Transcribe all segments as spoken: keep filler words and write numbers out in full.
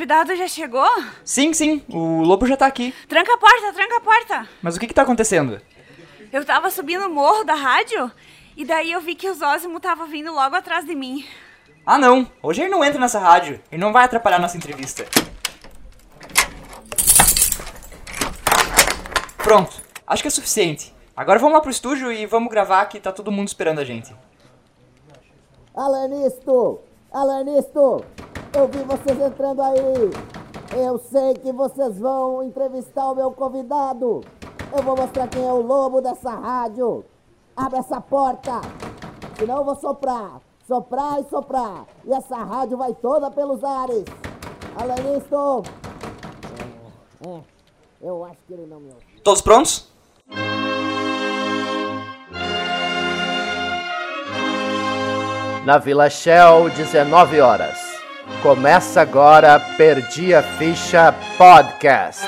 convidado já chegou? Sim, sim, o Lobo já tá aqui. Tranca a porta, tranca a porta. Mas o que que tá acontecendo? Eu tava subindo o morro da rádio e daí eu vi que o Zózimo tava vindo logo atrás de mim. Ah não, hoje ele não entra nessa rádio. Ele não vai atrapalhar nossa entrevista. Pronto, acho que é suficiente. Agora vamos lá pro estúdio e vamos gravar que tá todo mundo esperando a gente. Alanisto! Alanisto! Eu vi vocês entrando aí! Eu sei que vocês vão entrevistar o meu convidado! Eu vou mostrar quem é o lobo dessa rádio! Abre essa porta! Senão eu vou soprar! Soprar e soprar! E essa rádio vai toda pelos ares! Alanisto! É, eu acho que ele não me ouviu. Todos prontos? Na Vila Shell, dezenove horas. Começa agora Perdi a Ficha Podcast.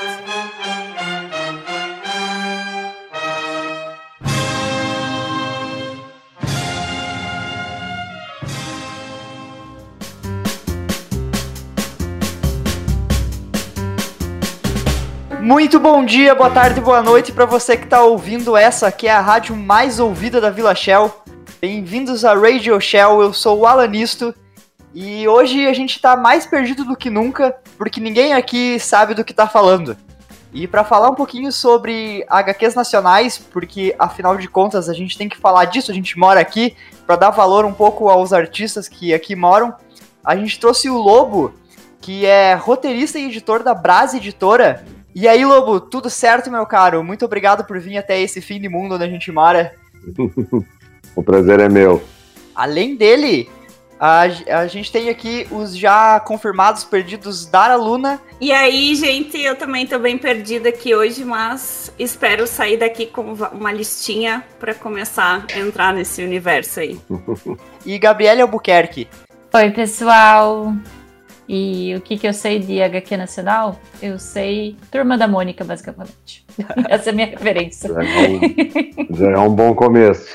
Muito bom dia, boa tarde, boa noite para você que está ouvindo essa, que é a rádio mais ouvida da Vila Shell. Bem-vindos a Radio Shell, eu sou o Alanisto e hoje a gente está mais perdido do que nunca, porque ninguém aqui sabe do que está falando. E para falar um pouquinho sobre H Qs nacionais, porque afinal de contas a gente tem que falar disso, a gente mora aqui, para dar valor um pouco aos artistas que aqui moram, a gente trouxe o Lobo, que é roteirista e editor da Brasa Editora. E aí, Lobo, tudo certo, meu caro? Muito obrigado por vir até esse fim de mundo onde a gente mora. O prazer é meu. Além dele, a, a gente tem aqui os já confirmados perdidos Dara Luna. E aí, gente, eu também tô bem perdida aqui hoje, mas espero sair daqui com uma listinha para começar a entrar nesse universo aí. E Gabriele Albuquerque. Oi, pessoal. E o que, que eu sei de H Q nacional? Eu sei Turma da Mônica, basicamente. Essa é a minha referência. Já é um, já é um bom começo.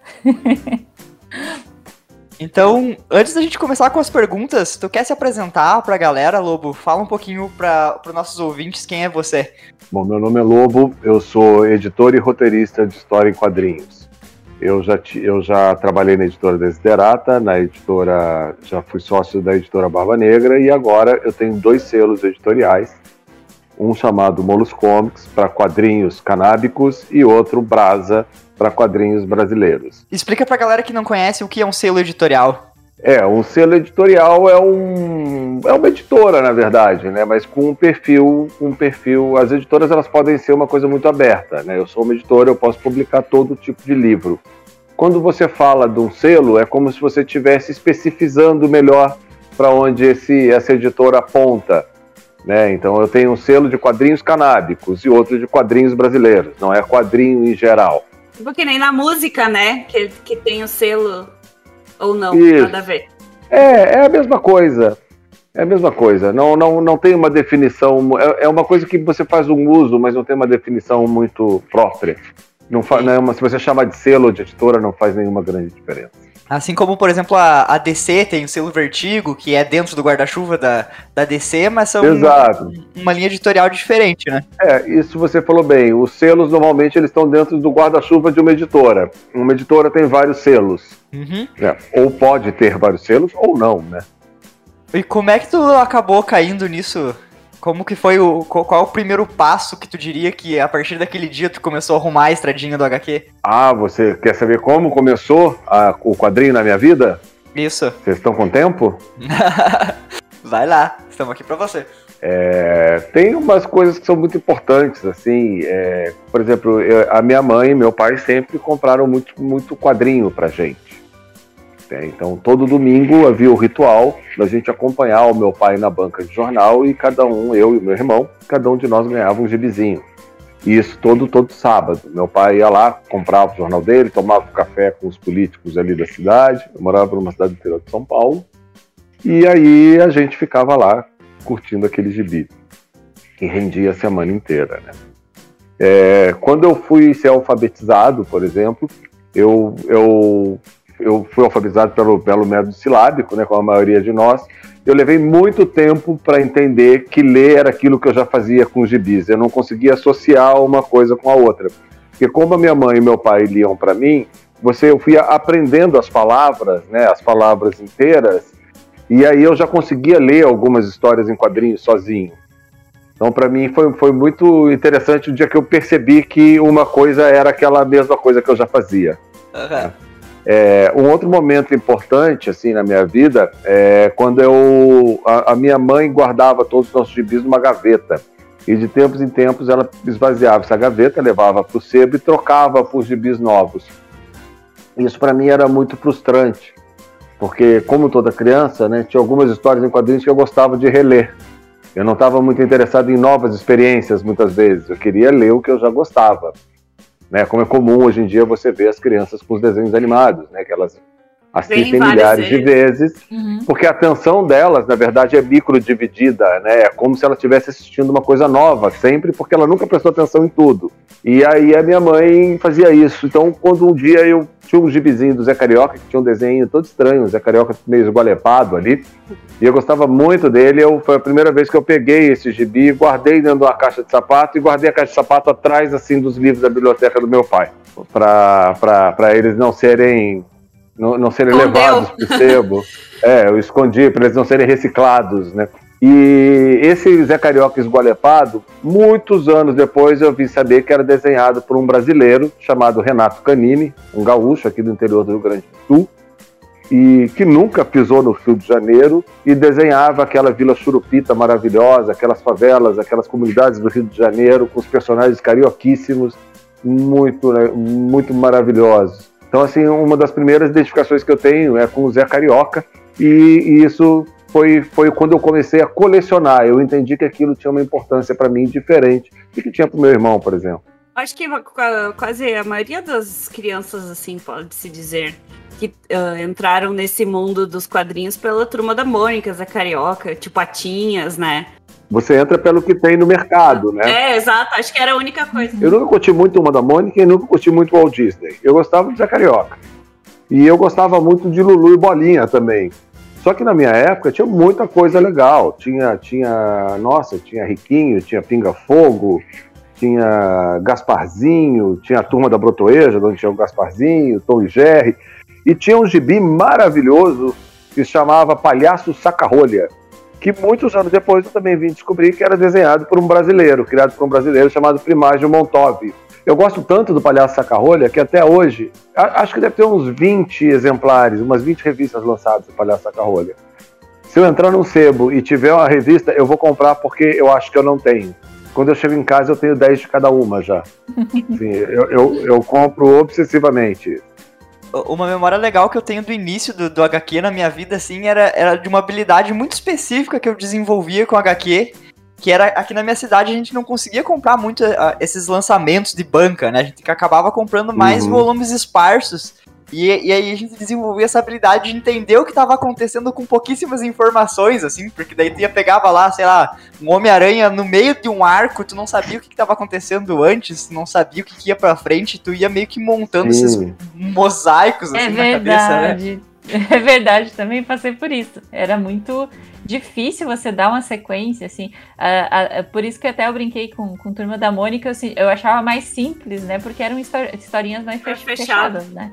Então, antes da gente começar com as perguntas, tu quer se apresentar pra galera, Lobo? Fala um pouquinho para os nossos ouvintes quem é você. Bom, meu nome é Lobo, eu sou editor e roteirista de história em quadrinhos. Eu já, eu já trabalhei na editora Desiderata, na editora, já fui sócio da editora Barba Negra e agora eu tenho dois selos editoriais, um chamado Molos Comics para quadrinhos canábicos e outro Brasa para quadrinhos brasileiros. Explica pra galera que não conhece o que é um selo editorial. É, um selo editorial é, um, é uma editora, na verdade, né? Mas com um perfil, um perfil. As editoras elas podem ser uma coisa muito aberta, né? Eu sou uma editora, eu posso publicar todo tipo de livro. Quando você fala de um selo, é como se você estivesse especificando melhor para onde esse, essa editora aponta, né? Então eu tenho um selo de quadrinhos canábicos e outro de quadrinhos brasileiros, não é quadrinho em geral. Porque nem na música, né? Que, que tem o selo. Ou não, Isso. Nada a ver. É, é a mesma coisa. É a mesma coisa. Não, não, não tem uma definição. É, é uma coisa que você faz um uso, mas não tem uma definição muito própria. Não fa, não é uma, se você chamar de selo ou de editora, não faz nenhuma grande diferença. Assim como, por exemplo, a, a D C tem o selo Vertigo, que é dentro do guarda-chuva da, da D C, mas são Exato. uma linha editorial diferente, né? É, isso você falou bem. Os selos, normalmente, eles estão dentro do guarda-chuva de uma editora. Uma editora tem vários selos. Uhum. É, ou pode ter vários selos, ou não, né? E como é que tu acabou caindo nisso? Como que foi o... Qual é o primeiro passo que tu diria que a partir daquele dia tu começou a arrumar a estradinha do H Q? Ah, você quer saber como começou a, o quadrinho na minha vida? Isso. Vocês estão com tempo? Vai lá, estamos aqui pra você. É, tem umas coisas que são muito importantes, assim, é, por exemplo, eu, a minha mãe e meu pai sempre compraram muito, muito quadrinho pra gente. É, então, todo domingo havia o ritual da gente acompanhar o meu pai na banca de jornal e cada um, eu e o meu irmão, cada um de nós ganhava um gibizinho. E isso todo, todo sábado. Meu pai ia lá, comprava o jornal dele, tomava um café com os políticos ali da cidade. Eu morava numa cidade do interior de São Paulo. E aí a gente ficava lá curtindo aquele gibi, que rendia a semana inteira, né? É, quando eu fui ser alfabetizado, por exemplo, eu, eu eu fui alfabetizado pelo, pelo método silábico, né, como a maioria de nós. Eu levei muito tempo para entender que ler era aquilo que eu já fazia com os gibis. Eu não conseguia associar uma coisa com a outra. Porque como a minha mãe e meu pai liam para mim, você, eu fui aprendendo as palavras, né, as palavras inteiras, e aí eu já conseguia ler algumas histórias em quadrinhos sozinho. Então, para mim, foi, foi muito interessante o dia que eu percebi que uma coisa era aquela mesma coisa que eu já fazia. Uhum. É, um outro momento importante, assim, na minha vida, é quando eu, a, a minha mãe guardava todos os nossos gibis numa gaveta. E de tempos em tempos ela esvaziava essa gaveta, levava para o sebo e trocava por gibis novos. Isso para mim era muito frustrante, porque como toda criança, né, tinha algumas histórias em quadrinhos que eu gostava de reler. Eu não estava muito interessado em novas experiências muitas vezes, eu queria ler o que eu já gostava. Né, como é comum hoje em dia você ver as crianças com os desenhos animados, né, que elas assistem milhares de vezes, uhum. porque a atenção delas, na verdade, é microdividida, né, é como se ela estivesse assistindo uma coisa nova, sempre, porque ela nunca prestou atenção em tudo. E aí a minha mãe fazia isso. Então, quando um dia eu tinha um gibizinho do Zé Carioca, que tinha um desenho todo estranho, o Zé Carioca meio esgualepado ali, e eu gostava muito dele, eu, foi a primeira vez que eu peguei esse gibi, guardei dentro de uma caixa de sapato, e guardei a caixa de sapato atrás, assim, dos livros da biblioteca do meu pai, para eles não serem... Não, não serem Escondeu. levados para o sebo. É, eu escondi para eles não serem reciclados, né? E esse Zé Carioca esgualepado, muitos anos depois eu vim saber que era desenhado por um brasileiro chamado Renato Canini, um gaúcho aqui do interior do Rio Grande do Sul, e que nunca pisou no Rio de Janeiro e desenhava aquela Vila Churupita maravilhosa, aquelas favelas, aquelas comunidades do Rio de Janeiro com os personagens carioquíssimos, muito, muito maravilhosos. Então, assim, uma das primeiras identificações que eu tenho é com o Zé Carioca, e, e isso foi, foi quando eu comecei a colecionar. Eu entendi que aquilo tinha uma importância para mim diferente do que tinha para o meu irmão, por exemplo. Acho que quase a maioria das crianças, assim, pode-se dizer, que uh, entraram nesse mundo dos quadrinhos pela Turma da Mônica, Zé Carioca, tipo Patinhas, né? Você entra pelo que tem no mercado, né? É, exato. Acho que era a única coisa. Eu nunca curti muito Turma da Mônica e nunca curti muito o Walt Disney. Eu gostava de Zé Carioca. E eu gostava muito de Lulu e Bolinha também. Só que na minha época tinha muita coisa legal. Tinha, tinha nossa, tinha Riquinho, tinha Pinga Fogo, tinha Gasparzinho, tinha a Turma da Brotoeja, onde tinha o Gasparzinho, Tom e Jerry. E tinha um gibi maravilhoso que se chamava Palhaço Saca-Rolha, que muitos anos depois eu também vim descobrir que era desenhado por um brasileiro, criado por um brasileiro chamado Primágio Montov. Eu gosto tanto do Palhaço Saca-Rolha que até hoje, acho que deve ter uns vinte exemplares, umas vinte revistas lançadas do Palhaço Saca-Rolha. Se eu entrar num sebo e tiver uma revista, eu vou comprar porque eu acho que eu não tenho. Quando eu chego em casa eu tenho dez de cada uma já. Assim, eu, eu, eu compro obsessivamente. Uma memória legal que eu tenho do início do, do agá quê na minha vida, assim, era, era de uma habilidade muito específica que eu desenvolvia com agá quê, que era, aqui na minha cidade a gente não conseguia comprar muito uh, esses lançamentos de banca, né? A gente acabava comprando mais uhum. volumes esparsos, e, e aí a gente desenvolvia essa habilidade de entender o que estava acontecendo com pouquíssimas informações, assim, porque daí tu ia pegava lá, sei lá, um Homem-Aranha no meio de um arco, tu não sabia o que estava acontecendo antes, tu não sabia o que, que ia pra frente, tu ia meio que montando Sim. esses mosaicos, assim, é na cabeça, né? É verdade, também passei por isso. Era muito difícil você dar uma sequência, assim. Uh, uh, por isso que até eu brinquei com, com Turma da Mônica, eu, eu achava mais simples, né? Porque eram histori- historinhas mais fech- fechadas, né?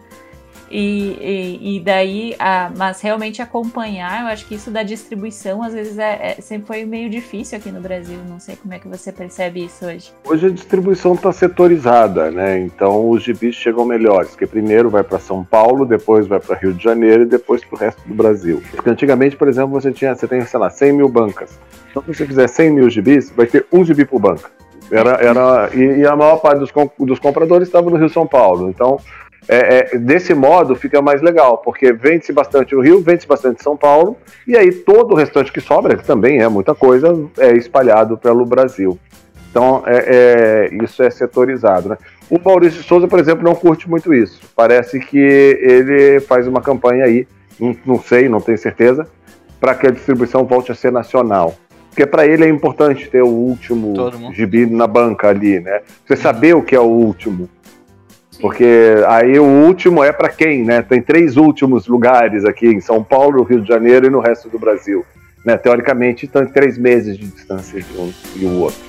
E, e, e daí, a, mas realmente acompanhar, eu acho que isso da distribuição, às vezes, é, é, sempre foi meio difícil aqui no Brasil. Não sei como é que você percebe isso hoje. Hoje a distribuição está setorizada, né? Então os gibis chegam melhores, porque primeiro vai para São Paulo, depois vai para Rio de Janeiro e depois para o resto do Brasil. Porque antigamente, por exemplo, você tinha, você tem, sei lá, cem mil bancas. Então se você fizer cem mil gibis, vai ter um gibi por banca. Era, era, e, e a maior parte dos, dos compradores estava no Rio São Paulo. Então, É, é, desse modo fica mais legal, porque vende-se bastante no Rio, vende-se bastante em São Paulo, e aí todo o restante que sobra, que também é muita coisa, é espalhado pelo Brasil. Então é, é, isso é setorizado, né? O Maurício de Souza, por exemplo, não curte muito isso. Parece que ele faz uma campanha aí, não, não sei, não tenho certeza, para que a distribuição volte a ser nacional. Porque para ele é importante ter o último gibi na banca ali, né? Você saber o que é o último. Porque aí o último é para quem, né? Tem três últimos lugares aqui em São Paulo, Rio de Janeiro e no resto do Brasil. Né? Teoricamente, estão em três meses de distância de um e o outro.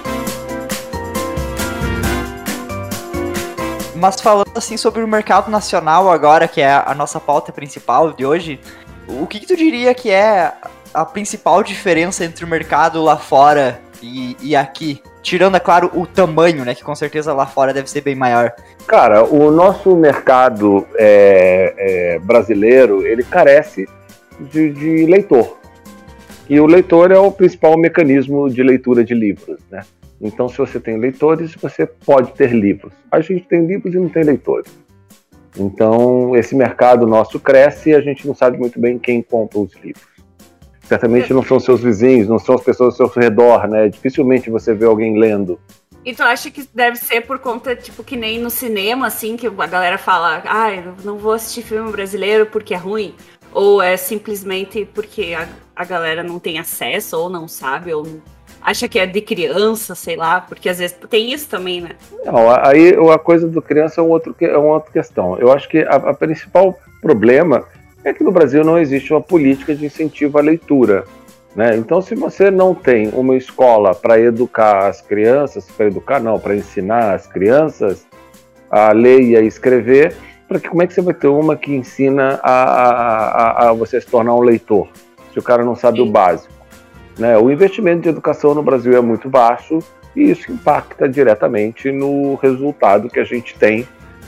Mas falando assim sobre o mercado nacional agora, que é a nossa pauta principal de hoje, o que, que tu diria que é a principal diferença entre o mercado lá fora e, e aqui? Tirando, é claro, o tamanho, né? Que com certeza lá fora deve ser bem maior. Cara, o nosso mercado é, é, brasileiro, ele carece de, de leitor. E o leitor é o principal mecanismo de leitura de livros, né? Então, se você tem leitores, você pode ter livros. A gente tem livros e não tem leitores. Então, esse mercado nosso cresce e a gente não sabe muito bem quem compra os livros. Certamente não são seus vizinhos, não são as pessoas ao seu redor, né? Dificilmente você vê alguém lendo. E tu acha que deve ser por conta, tipo, que nem no cinema, assim, que a galera fala, ah, eu não vou assistir filme brasileiro porque é ruim? Ou é simplesmente porque a, a galera não tem acesso, ou não sabe, ou acha que é de criança, sei lá, porque às vezes tem isso também, né? Não, aí a coisa do criança é, um outro, é uma outra questão. Eu acho que a, a principal problema é que no Brasil não existe uma política de incentivo à leitura, né? Então, se você não tem uma escola para educar as crianças, para educar não, para ensinar as crianças a ler e a escrever, para que, como é que você vai ter uma que ensina a, a, a, a você se tornar um leitor, se o cara não sabe Sim. o básico? Né? O investimento de educação no Brasil é muito baixo e isso impacta diretamente no resultado que a gente tem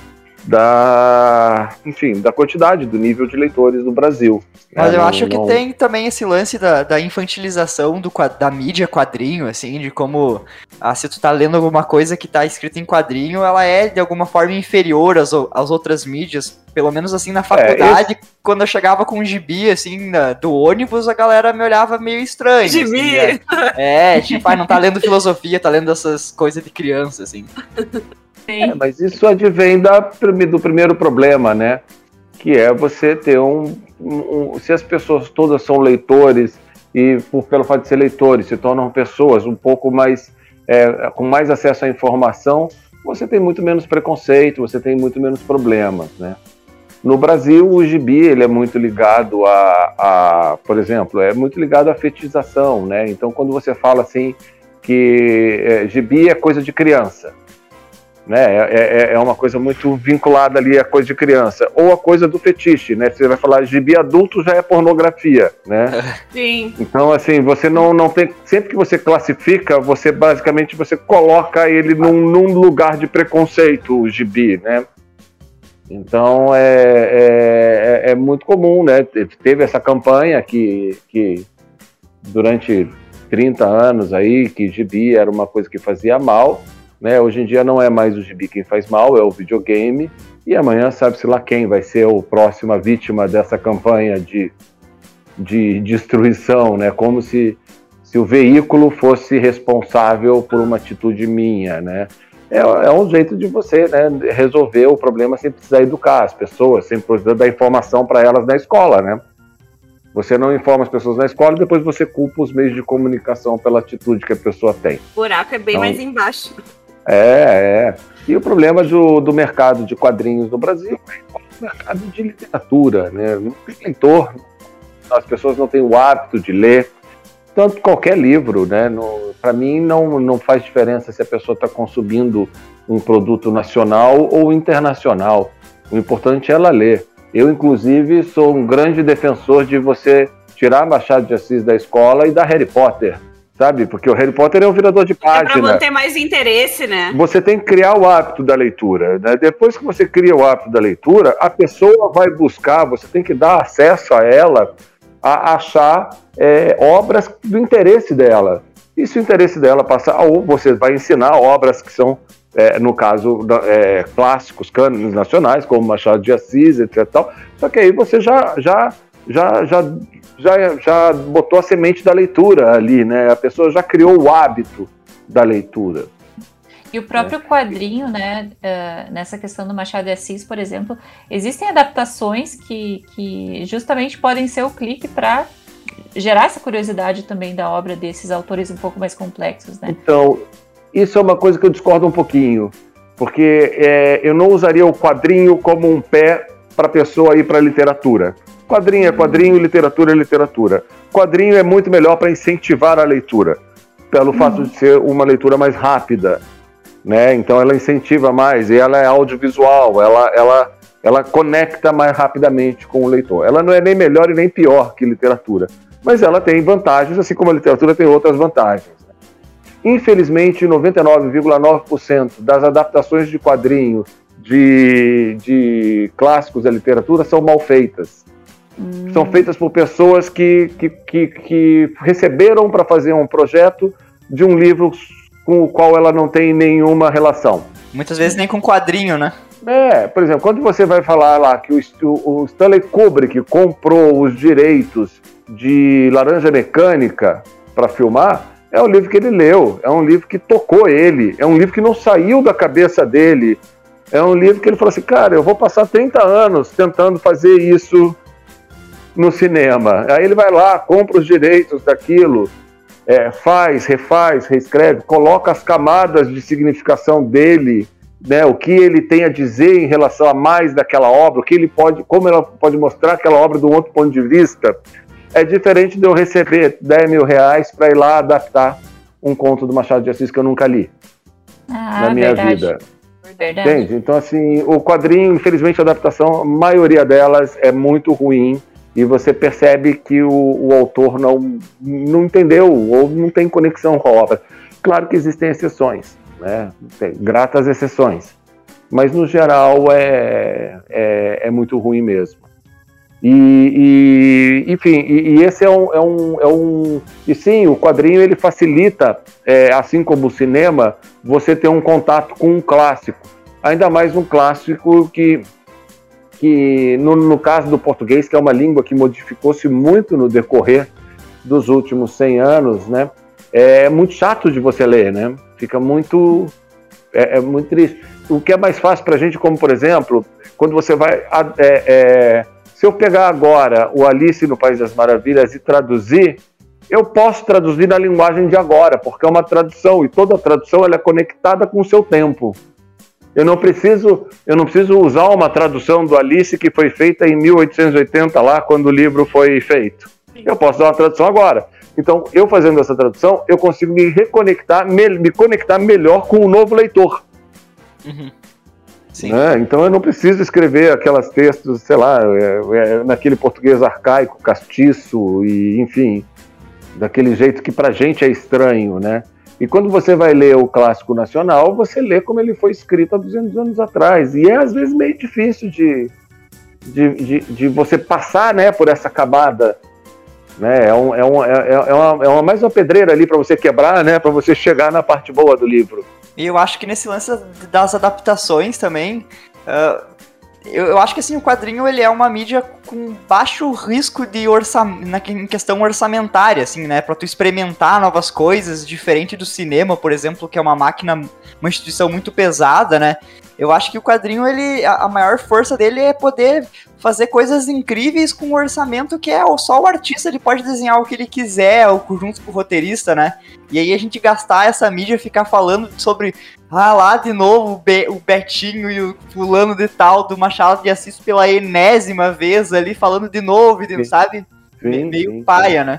da, enfim, da quantidade, do nível de leitores do Brasil. Mas é, eu não, acho que não... tem também esse lance da, da infantilização do, da mídia quadrinho, assim, de como ah, se tu tá lendo alguma coisa que tá escrita em quadrinho, ela é de alguma forma inferior às, às outras mídias. Pelo menos assim na faculdade, é, esse... quando eu chegava com um gibi, assim, na, do ônibus, a galera me olhava meio estranho. Gibi! Assim, é, é, tipo, ah, não tá lendo filosofia, tá lendo essas coisas de criança, assim. É, mas isso advém da, do primeiro problema, né? Que é você ter um, um, um... Se as pessoas todas são leitores e, por, pelo fato de ser leitores, se tornam pessoas um pouco mais... É, com mais acesso à informação, você tem muito menos preconceito, você tem muito menos problemas, né? No Brasil, o gibi, ele é muito ligado a, a... Por exemplo, é muito ligado à fetichização, né? Então, quando você fala assim que é, gibi é coisa de criança, né? É, é, é uma coisa muito vinculada ali à coisa de criança. Ou a coisa do fetiche, né? Você vai falar gibi adulto já é pornografia, né? Sim. Então, assim, você não, não tem... Sempre que você classifica, você basicamente você coloca ele num, num lugar de preconceito, o gibi, né? Então, é, é, é muito comum, né? Teve essa campanha que, que durante trinta anos aí, que gibi era uma coisa que fazia mal, né? Hoje em dia não é mais o gibi quem faz mal, é o videogame, e amanhã sabe-se lá quem vai ser a próxima vítima dessa campanha de, de destruição, né? Como se, se o veículo fosse responsável por uma atitude minha, né? É, é um jeito de você, né, resolver o problema sem precisar educar as pessoas, sem precisar dar informação para elas na escola, né? Você não informa as pessoas na escola e depois você culpa os meios de comunicação pela atitude que a pessoa tem. O buraco é bem então, mais embaixo. É, é. E o problema do, do mercado de quadrinhos no Brasil é o mercado de literatura, né? Não tem leitor, as pessoas não têm o hábito de ler. Tanto qualquer livro, né? Para mim não, não faz diferença se a pessoa está consumindo um produto nacional ou internacional. O importante é ela ler. Eu, inclusive, sou um grande defensor de você tirar Machado de Assis da escola e dar Harry Potter, sabe? Porque o Harry Potter é um virador de página. É para manter mais interesse, né? Você tem que criar o hábito da leitura, né? Depois que você cria o hábito da leitura, a pessoa vai buscar, você tem que dar acesso a ela a achar é, obras do interesse dela. E se o interesse dela passar, ou você vai ensinar obras que são, é, no caso, é, clássicos, cânones nacionais, como Machado de Assis, etcétera. Tal. Só que aí você já, já, já, já, já, já botou a semente da leitura ali, né? A pessoa já criou o hábito da leitura. E o próprio quadrinho, né, uh, nessa questão do Machado de Assis, por exemplo, existem adaptações que, que justamente podem ser o clique para gerar essa curiosidade também da obra desses autores um pouco mais complexos, né? Então, isso é uma coisa que eu discordo um pouquinho. Porque é, eu não usaria o quadrinho como um pé para a pessoa ir para a literatura. Quadrinho é quadrinho, literatura é literatura. Quadrinho é muito melhor para incentivar a leitura, pelo uhum. fato de ser uma leitura mais rápida, né? Então ela incentiva mais, e ela é audiovisual, ela, ela, ela conecta mais rapidamente com o leitor. Ela não é nem melhor e nem pior que literatura, mas ela tem vantagens, assim como a literatura tem outras vantagens. Infelizmente, noventa e nove vírgula nove por cento das adaptações de quadrinho de, de clássicos da literatura são mal feitas. Hum. São feitas por pessoas que, que, que, que receberam para fazer um projeto de um livro com o qual ela não tem nenhuma relação. Muitas vezes nem com quadrinho, né? É, por exemplo, quando você vai falar lá que o, o Stanley Kubrick comprou os direitos de Laranja Mecânica para filmar, é um livro que ele leu, é um livro que tocou ele, é um livro que não saiu da cabeça dele, é um livro que ele falou assim, cara, eu vou passar trinta anos tentando fazer isso no cinema. Aí ele vai lá, compra os direitos daquilo, é, faz, refaz, reescreve, coloca as camadas de significação dele, né, o que ele tem a dizer em relação a mais daquela obra, o que ele pode, como ela pode mostrar aquela obra de um outro ponto de vista. É diferente de eu receber dez mil reais para ir lá adaptar um conto do Machado de Assis que eu nunca li ah, na minha verdade. vida. Verdade. Entende? Então, assim, o quadrinho, infelizmente, a adaptação, a maioria delas é muito ruim e você percebe que o, o autor não, não entendeu ou não tem conexão com a obra. Claro que existem exceções, né? Tem gratas exceções, mas, no geral, é, é, é muito ruim mesmo. E, e enfim, e, e esse é um, é, um, é um... E sim, o quadrinho ele facilita, é, assim como o cinema, você ter um contato com um clássico. Ainda mais um clássico que, que no, no caso do português, que é uma língua que modificou-se muito no decorrer dos últimos cem anos, né? É muito chato de você ler, né? Fica muito... É, é muito triste. O que é mais fácil pra gente, como por exemplo, quando você vai... É, é, se eu pegar agora o Alice no País das Maravilhas e traduzir, eu posso traduzir na linguagem de agora, porque é uma tradução, e toda tradução ela é conectada com o seu tempo. Eu não preciso, eu não preciso usar uma tradução do Alice que foi feita em mil oitocentos e oitenta, lá, quando o livro foi feito. Eu posso dar uma tradução agora. Então, eu fazendo essa tradução, eu consigo me reconectar, me, me conectar melhor com o novo leitor. Uhum. Sim. Né? Então eu não preciso escrever aquelas textos, sei lá, é, é, naquele português arcaico, castiço, e enfim, daquele jeito que pra gente é estranho, né? E quando você vai ler o clássico nacional, você lê como ele foi escrito há duzentos anos atrás, e é às vezes meio difícil de, de, de, de você passar, né, por essa camada, né? É, um, é, um, é, é, uma, é uma mais uma pedreira ali para você quebrar, né, para você chegar na parte boa do livro. E eu acho que nesse lance das adaptações também, uh, eu, eu acho que assim, o quadrinho ele é uma mídia com baixo risco de orçamento, em questão orçamentária, assim, né? Pra tu experimentar novas coisas, diferente do cinema, por exemplo, que é uma máquina, uma instituição muito pesada, né? Eu acho que o quadrinho, ele, a, a maior força dele é poder fazer coisas incríveis com um orçamento que é só o artista, ele pode desenhar o que ele quiser, ou junto com o roteirista, né? E aí a gente gastar essa mídia, ficar falando sobre, ah, lá de novo o, Be- o Betinho e o fulano de tal do Machado de Assis pela enésima vez ali, falando de novo, sim. Sabe? Sim, meio sim, paia, sim. né?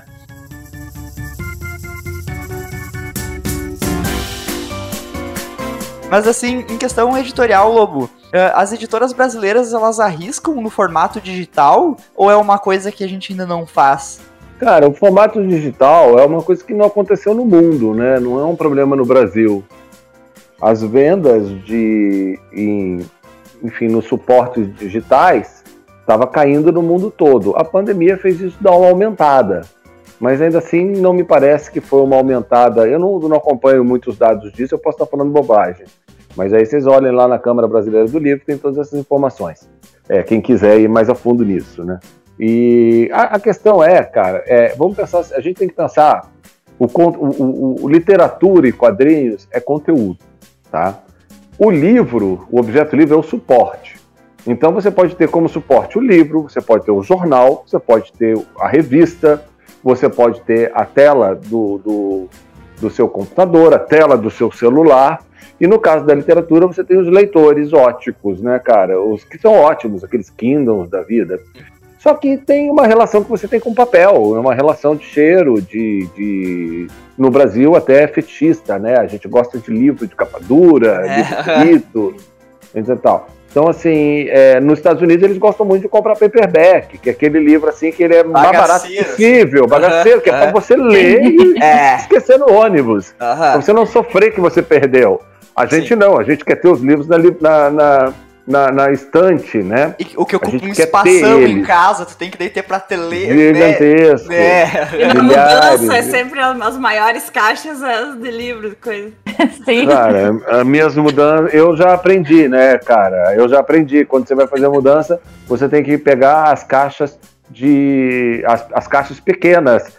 Mas assim, em questão editorial, Lobo, as editoras brasileiras, elas arriscam no formato digital ou é uma coisa que a gente ainda não faz? Cara, o formato digital é uma coisa que não aconteceu no mundo, né? Não é um problema no Brasil. As vendas de, em, enfim, nos suportes digitais estava caindo no mundo todo. A pandemia fez isso dar uma aumentada, mas ainda assim não me parece que foi uma aumentada. Eu não, não acompanho muitos dados disso, eu posso estar falando bobagem. Mas aí vocês olhem lá na Câmara Brasileira do Livro, tem todas essas informações. É, quem quiser ir mais a fundo nisso, né? E a, a questão é, cara, é, vamos pensar, a gente tem que pensar, o, o, o, o literatura e quadrinhos é conteúdo, tá? O livro, o objeto livro é o suporte. Então você pode ter como suporte o livro, você pode ter o jornal, você pode ter a revista, você pode ter a tela do, do, do seu computador, a tela do seu celular. E no caso da literatura, você tem os leitores óticos, né, cara? Os que são ótimos, aqueles Kindles da vida. Só que tem uma relação que você tem com o papel, é uma relação de cheiro, de, de... no Brasil até é fetichista, né? A gente gosta de livro de capa dura, É. livro bonito, e tal. Então, assim, é, nos Estados Unidos eles gostam muito de comprar paperback, que é aquele livro, assim, que ele é mais barato Bagaceiro, possível, assim. bagaceiro, que é pra você ler e É. esquecer no ônibus, pra Aham. você não sofrer que você perdeu. A gente Sim. não, a gente quer ter os livros na, li- na, na, na, na estante, né? E o que ocupa gente um quer espação ter em eles. casa, tu tem que daí ter prateleira. Gigantesco. É. E na Milhares. mudança é sempre as maiores caixas as de livros, coisa. Sim. Cara, as minhas mudanças, eu já aprendi, né, cara? Eu já aprendi. Quando você vai fazer a mudança, você tem que pegar as caixas de. as, as caixas pequenas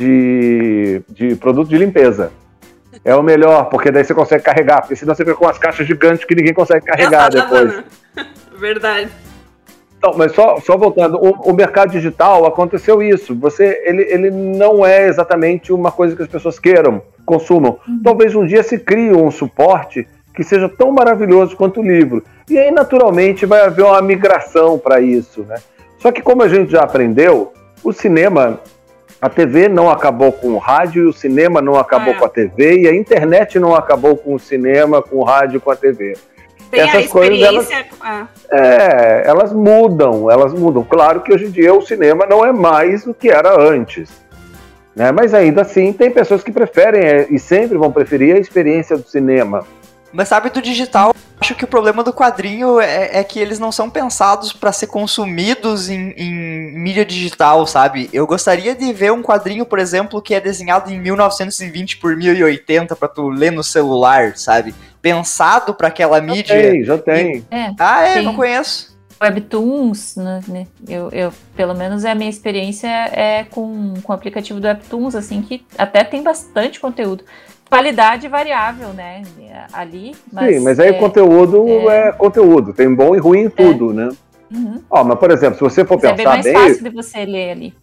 de, de produto de limpeza. É o melhor, porque daí você consegue carregar, porque senão você fica com as caixas gigantes que ninguém consegue carregar depois. Savana. Verdade. Então, mas só, só voltando, o, o mercado digital aconteceu isso. Você, ele, ele não é exatamente uma coisa que as pessoas queiram, consumam. Talvez um dia se crie um suporte que seja tão maravilhoso quanto o livro. E aí, naturalmente, vai haver uma migração para isso, né? Só que como a gente já aprendeu, o cinema, a T V não acabou com o rádio, o cinema não acabou É. com a T V, e a internet não acabou com o cinema, com o rádio, com a T V. Tem a Essas coisas, experiência. Ah, É, elas mudam, elas mudam. Claro que hoje em dia o cinema não é mais o que era antes, né? Mas ainda assim tem pessoas que preferem é, e sempre vão preferir a experiência do cinema. Mas sabe, do digital, eu acho que o problema do quadrinho é, é que eles não são pensados para ser consumidos em, em mídia digital, sabe? Eu gostaria de ver um quadrinho, por exemplo, que é desenhado em mil novecentos e vinte por mil e oitenta para tu ler no celular, sabe? Pensado para aquela Já mídia. tem, já tem. É, Ah, é? Tem. Não conheço. Webtoons, né, né, eu, eu, pelo menos a minha experiência é com, com o aplicativo do Webtoons, assim, que até tem bastante conteúdo. Qualidade variável, né, ali. Mas, Sim, mas aí é, o conteúdo é... é. conteúdo, tem bom e ruim em tudo, né? Uhum. Ó, mas por exemplo, se você for Mas é bem pensar mais bem, fácil de você ler ali.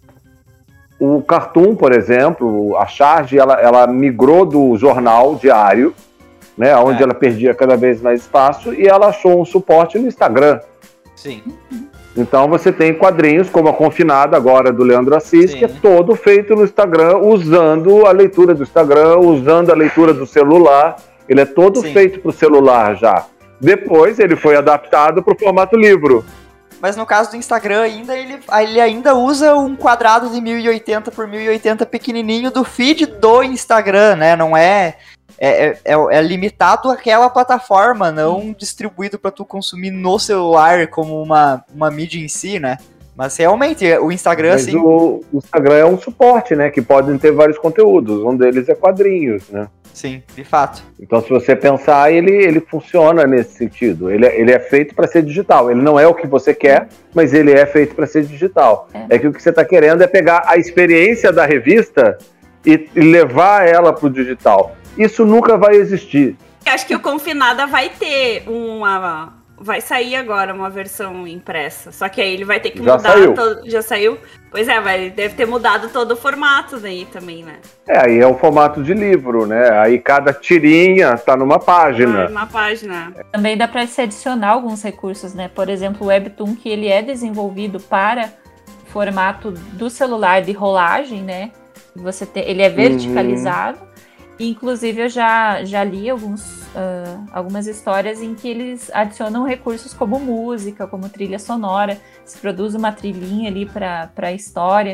o Cartoon, por exemplo, a Charge, ela, ela migrou do jornal diário, né, onde É. ela perdia cada vez mais espaço, e ela achou um suporte no Instagram. Sim. Então você tem quadrinhos como a Confinada agora do Leandro Assis, Sim. que é todo feito no Instagram, usando a leitura do Instagram, usando a leitura do celular. Ele é todo Sim. feito para o celular já. Depois ele foi adaptado para o formato livro. Mas no caso do Instagram ainda, ele, ele ainda usa um quadrado de mil e oitenta por mil e oitenta pequenininho do feed do Instagram, né? Não é... É, é, é limitado àquela plataforma, não distribuído para tu consumir no celular como uma, uma mídia em si, né? Mas realmente, o Instagram, Mas assim... o, o Instagram é um suporte, né? Que podem ter vários conteúdos. Um deles é quadrinhos, né? Sim, de fato. Então, se você pensar, ele, ele funciona nesse sentido. Ele, é- ele é feito para ser digital. Ele não é o que você quer, mas ele é feito para ser digital. É. É que o que você está querendo é pegar a experiência da revista e, e levar ela para o digital. Isso nunca vai existir. acho que o Confinada vai ter uma. Vai sair agora uma versão impressa. Só que aí ele vai ter que Já mudar. saiu. todo- Já saiu? Pois é, vai, deve ter mudado todo o formato daí também, né? É, aí é o formato de livro, né? Aí cada tirinha está numa página. Uma página. Também dá para se adicionar alguns recursos, né? Por exemplo, o Webtoon, que ele é desenvolvido para formato do celular de rolagem, né? Você tem, ele é verticalizado. E, inclusive, eu já, já li alguns, uh, algumas histórias em que eles adicionam recursos como música, como trilha sonora. Se produz uma trilhinha ali para a história.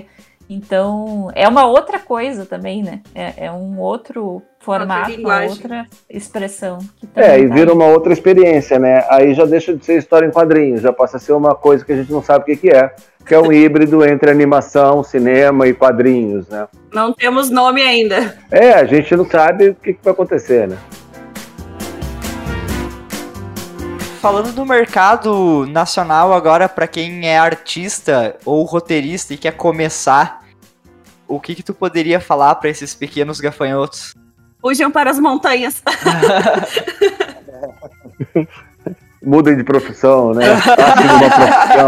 Então, é uma outra coisa também, né? É, é um outro formato, uma linguagem. outra expressão. Que também É, e tá vira aí. uma outra experiência, né? Aí já deixa de ser história em quadrinhos, já passa a ser uma coisa que a gente não sabe o que, que é, que é um híbrido entre animação, cinema e quadrinhos, né? Não temos nome ainda. É, a gente não sabe o que, que vai acontecer, né? Falando do mercado nacional agora, pra quem é artista ou roteirista e quer começar, o que que tu poderia falar pra esses pequenos gafanhotos? Fujam para as montanhas. Mudem de profissão, né? Passem de uma profissão.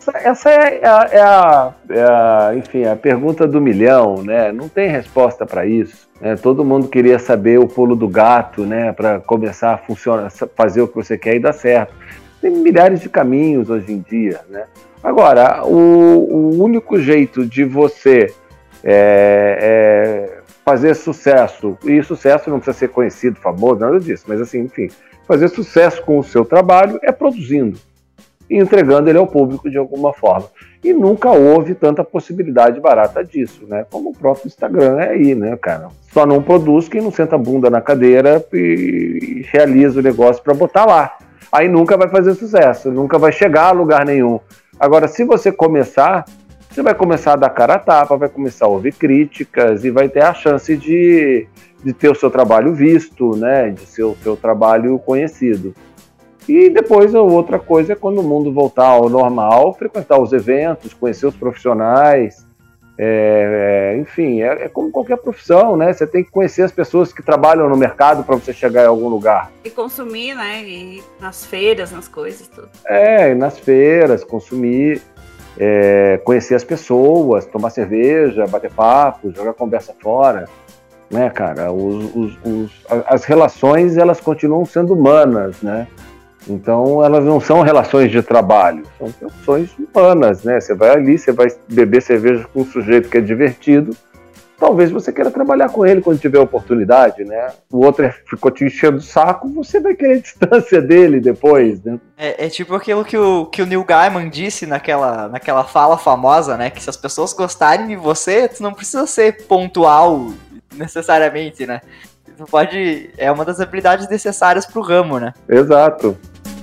essa, essa é, a, é, a, é a, enfim, a pergunta do milhão, né? Não tem resposta para isso. Né? Todo mundo queria saber o pulo do gato, né? Para começar a funcionar, fazer o que você quer e dar certo. Tem milhares de caminhos hoje em dia, né? Agora, o, o único jeito de você é, é fazer sucesso, e sucesso não precisa ser conhecido, famoso, nada disso, mas assim, enfim, fazer sucesso com o seu trabalho é produzindo e entregando ele ao público de alguma forma. E nunca houve tanta possibilidade barata disso, né? Como o próprio Instagram é aí, né, cara? Só não produz quem não senta a bunda na cadeira e realiza o negócio para botar lá. Aí nunca vai fazer sucesso, nunca vai chegar a lugar nenhum. Agora, se você começar, você vai começar a dar cara a tapa, vai começar a ouvir críticas e vai ter a chance de, de ter o seu trabalho visto, né? De ser o seu trabalho conhecido. E depois a outra coisa é quando o mundo voltar ao normal, frequentar os eventos, conhecer os profissionais, é, é, enfim, é, é como qualquer profissão, né? Você tem que conhecer as pessoas que trabalham no mercado para você chegar em algum lugar. E consumir, né? E nas feiras, nas coisas, tudo. É, nas feiras, consumir, é, conhecer as pessoas, tomar cerveja, bater papo, jogar conversa fora, né, cara? Os, os, os, as relações, elas continuam sendo humanas, né? Então, elas não são relações de trabalho, são relações humanas, né? Você vai ali, você vai beber cerveja com um sujeito que é divertido, talvez você queira trabalhar com ele quando tiver oportunidade, né? O outro é, ficou te enchendo o saco, você vai querer a distância dele depois, né? É, é tipo aquilo que o, que o Neil Gaiman disse naquela, naquela fala famosa, né? Que se as pessoas gostarem de você, tu não precisa ser pontual necessariamente, né? Tu pode... É uma das habilidades necessárias pro ramo, né? Exato.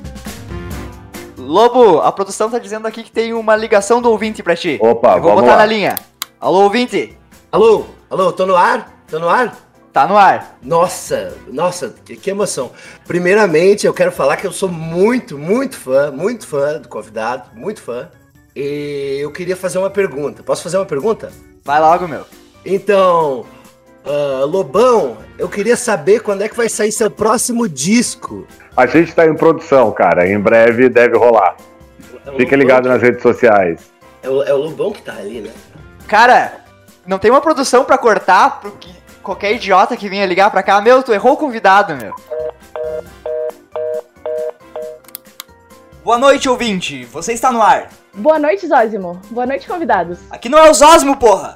Lobo, a produção tá dizendo aqui que tem uma ligação do ouvinte pra ti. Opa, Eu vou vamos botar lá. na linha. Alô, ouvinte? Alô, alô, tô no ar? Tô no ar? Tá no ar. Nossa, nossa, que, que emoção. Primeiramente, eu quero falar que eu sou muito, muito fã, muito fã do convidado, muito fã. E eu queria fazer uma pergunta. Posso fazer uma pergunta? Vai logo, meu. Então, uh, Lobão, eu queria saber quando é que vai sair seu próximo disco. A gente tá em produção, cara. Em breve deve rolar. É o Fica Lobão ligado que- nas redes sociais. É o, é o Lobão que tá ali, né? Cara, não tem uma produção pra cortar pro que qualquer idiota que venha ligar pra cá. Meu, tu errou o convidado, meu. Boa noite, ouvinte. Você está no ar. Boa noite, Zósimo. Boa noite, convidados. Aqui não é o Zósimo, porra.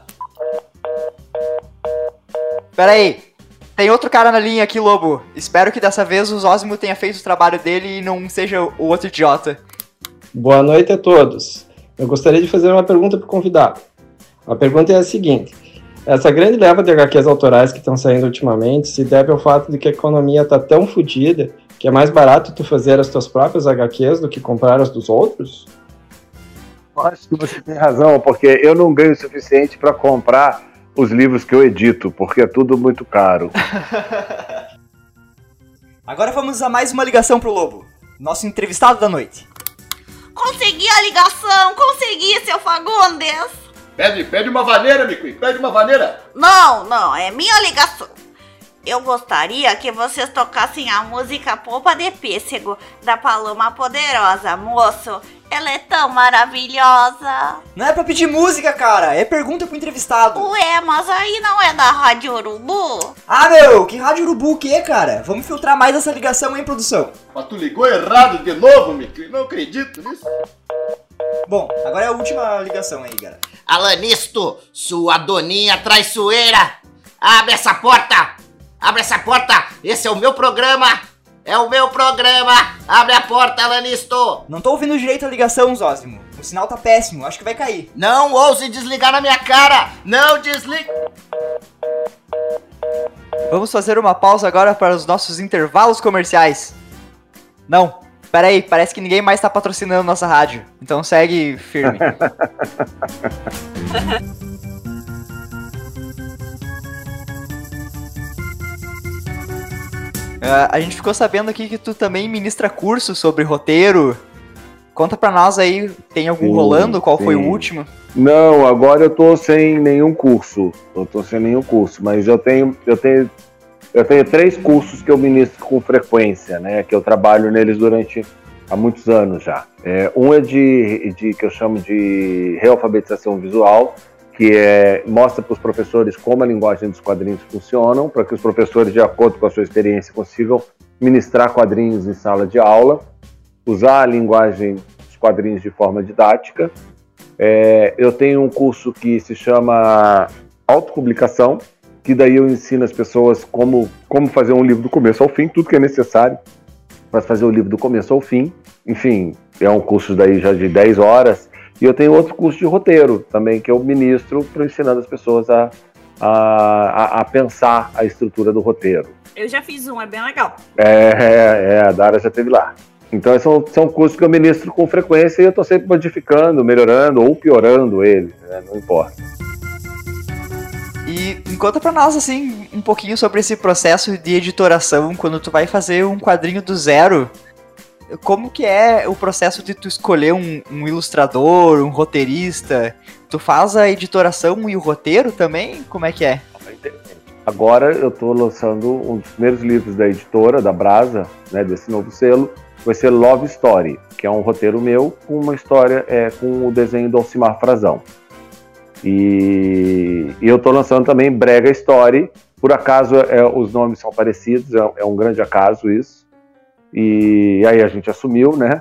Pera aí. Tem outro cara na linha aqui, Lobo. Espero que dessa vez o Zósimo tenha feito o trabalho dele e não seja o outro idiota. Boa noite a todos. Eu gostaria de fazer uma pergunta para o convidado. A pergunta é a seguinte: essa grande leva de agá quês autorais que estão saindo ultimamente se deve ao fato de que a economia está tão fodida que é mais barato tu fazer as tuas próprias agá quês do que comprar as dos outros? Acho que você tem razão, porque eu não ganho o suficiente para comprar os livros que eu edito, porque é tudo muito caro. Agora vamos a mais uma ligação pro Lobo, nosso entrevistado da noite. Consegui a ligação, consegui, seu Fagundes. Pede, pede uma vaneira, Miqui, pede uma vaneira. Não, não, é minha ligação. Eu gostaria que vocês tocassem a música Polpa de Pêssego, da Paloma Poderosa, moço. Ela é tão maravilhosa. Não é pra pedir música, cara, é pergunta pro entrevistado. Ué, mas aí não é da Rádio Urubu? Ah, meu, que rádio urubu o quê, cara? Vamos filtrar mais essa ligação, hein, produção? Mas tu ligou errado de novo, Miqui, não acredito nisso. Bom, agora é a última ligação aí, cara. Alanisto, sua doninha traiçoeira! Abre essa porta! Abre essa porta! Esse é o meu programa! É o meu programa! Abre a porta, Alanisto! Não tô ouvindo direito a ligação, Zósimo. O sinal tá péssimo, acho que vai cair. Não ouse desligar na minha cara! Não desligue! Vamos fazer uma pausa agora para os nossos intervalos comerciais. Não, pera aí, parece que ninguém mais tá patrocinando nossa rádio. Então segue firme. Uh, a gente ficou sabendo aqui que tu também ministra curso sobre roteiro. Conta pra nós aí, tem algum Sim, rolando? Qual sim. foi o último? Não, agora eu tô sem nenhum curso. Eu tô sem nenhum curso, mas eu tenho, eu tenho, eu tenho três cursos que eu ministro com frequência, né? Que eu trabalho neles durante há muitos anos já. É, um é de, de que eu chamo de realfabetização visual, que é, mostra para os professores como a linguagem dos quadrinhos funcionam, para que os professores, de acordo com a sua experiência, consigam ministrar quadrinhos em sala de aula, usar a linguagem dos quadrinhos de forma didática. É, eu tenho um curso que se chama Autopublicação, que daí eu ensino as pessoas como, como fazer um livro do começo ao fim, tudo que é necessário para fazer o livro do começo ao fim. Enfim, é um curso daí já de dez horas. E eu tenho outro curso de roteiro também, que eu ministro para ensinando as pessoas a, a, a pensar a estrutura do roteiro. Eu já fiz um, é bem legal. É, é, é a Dara já esteve lá. Então são, são cursos que eu ministro com frequência e eu estou sempre modificando, melhorando ou piorando eles, né? Não importa. E conta pra nós, assim, um pouquinho sobre esse processo de editoração, quando tu vai fazer um quadrinho do zero. Como que é o processo de tu escolher um, um ilustrador, um roteirista? Tu faz a editoração e o roteiro também? Como é que é? Agora eu estou lançando um dos primeiros livros da editora, da Brasa, né, desse novo selo, vai ser Love Story, que é um roteiro meu com uma história, é, com o desenho do Alcimar Frazão. E, e eu estou lançando também Brega Story, por acaso é, os nomes são parecidos, é, é um grande acaso isso. E aí a gente assumiu, né?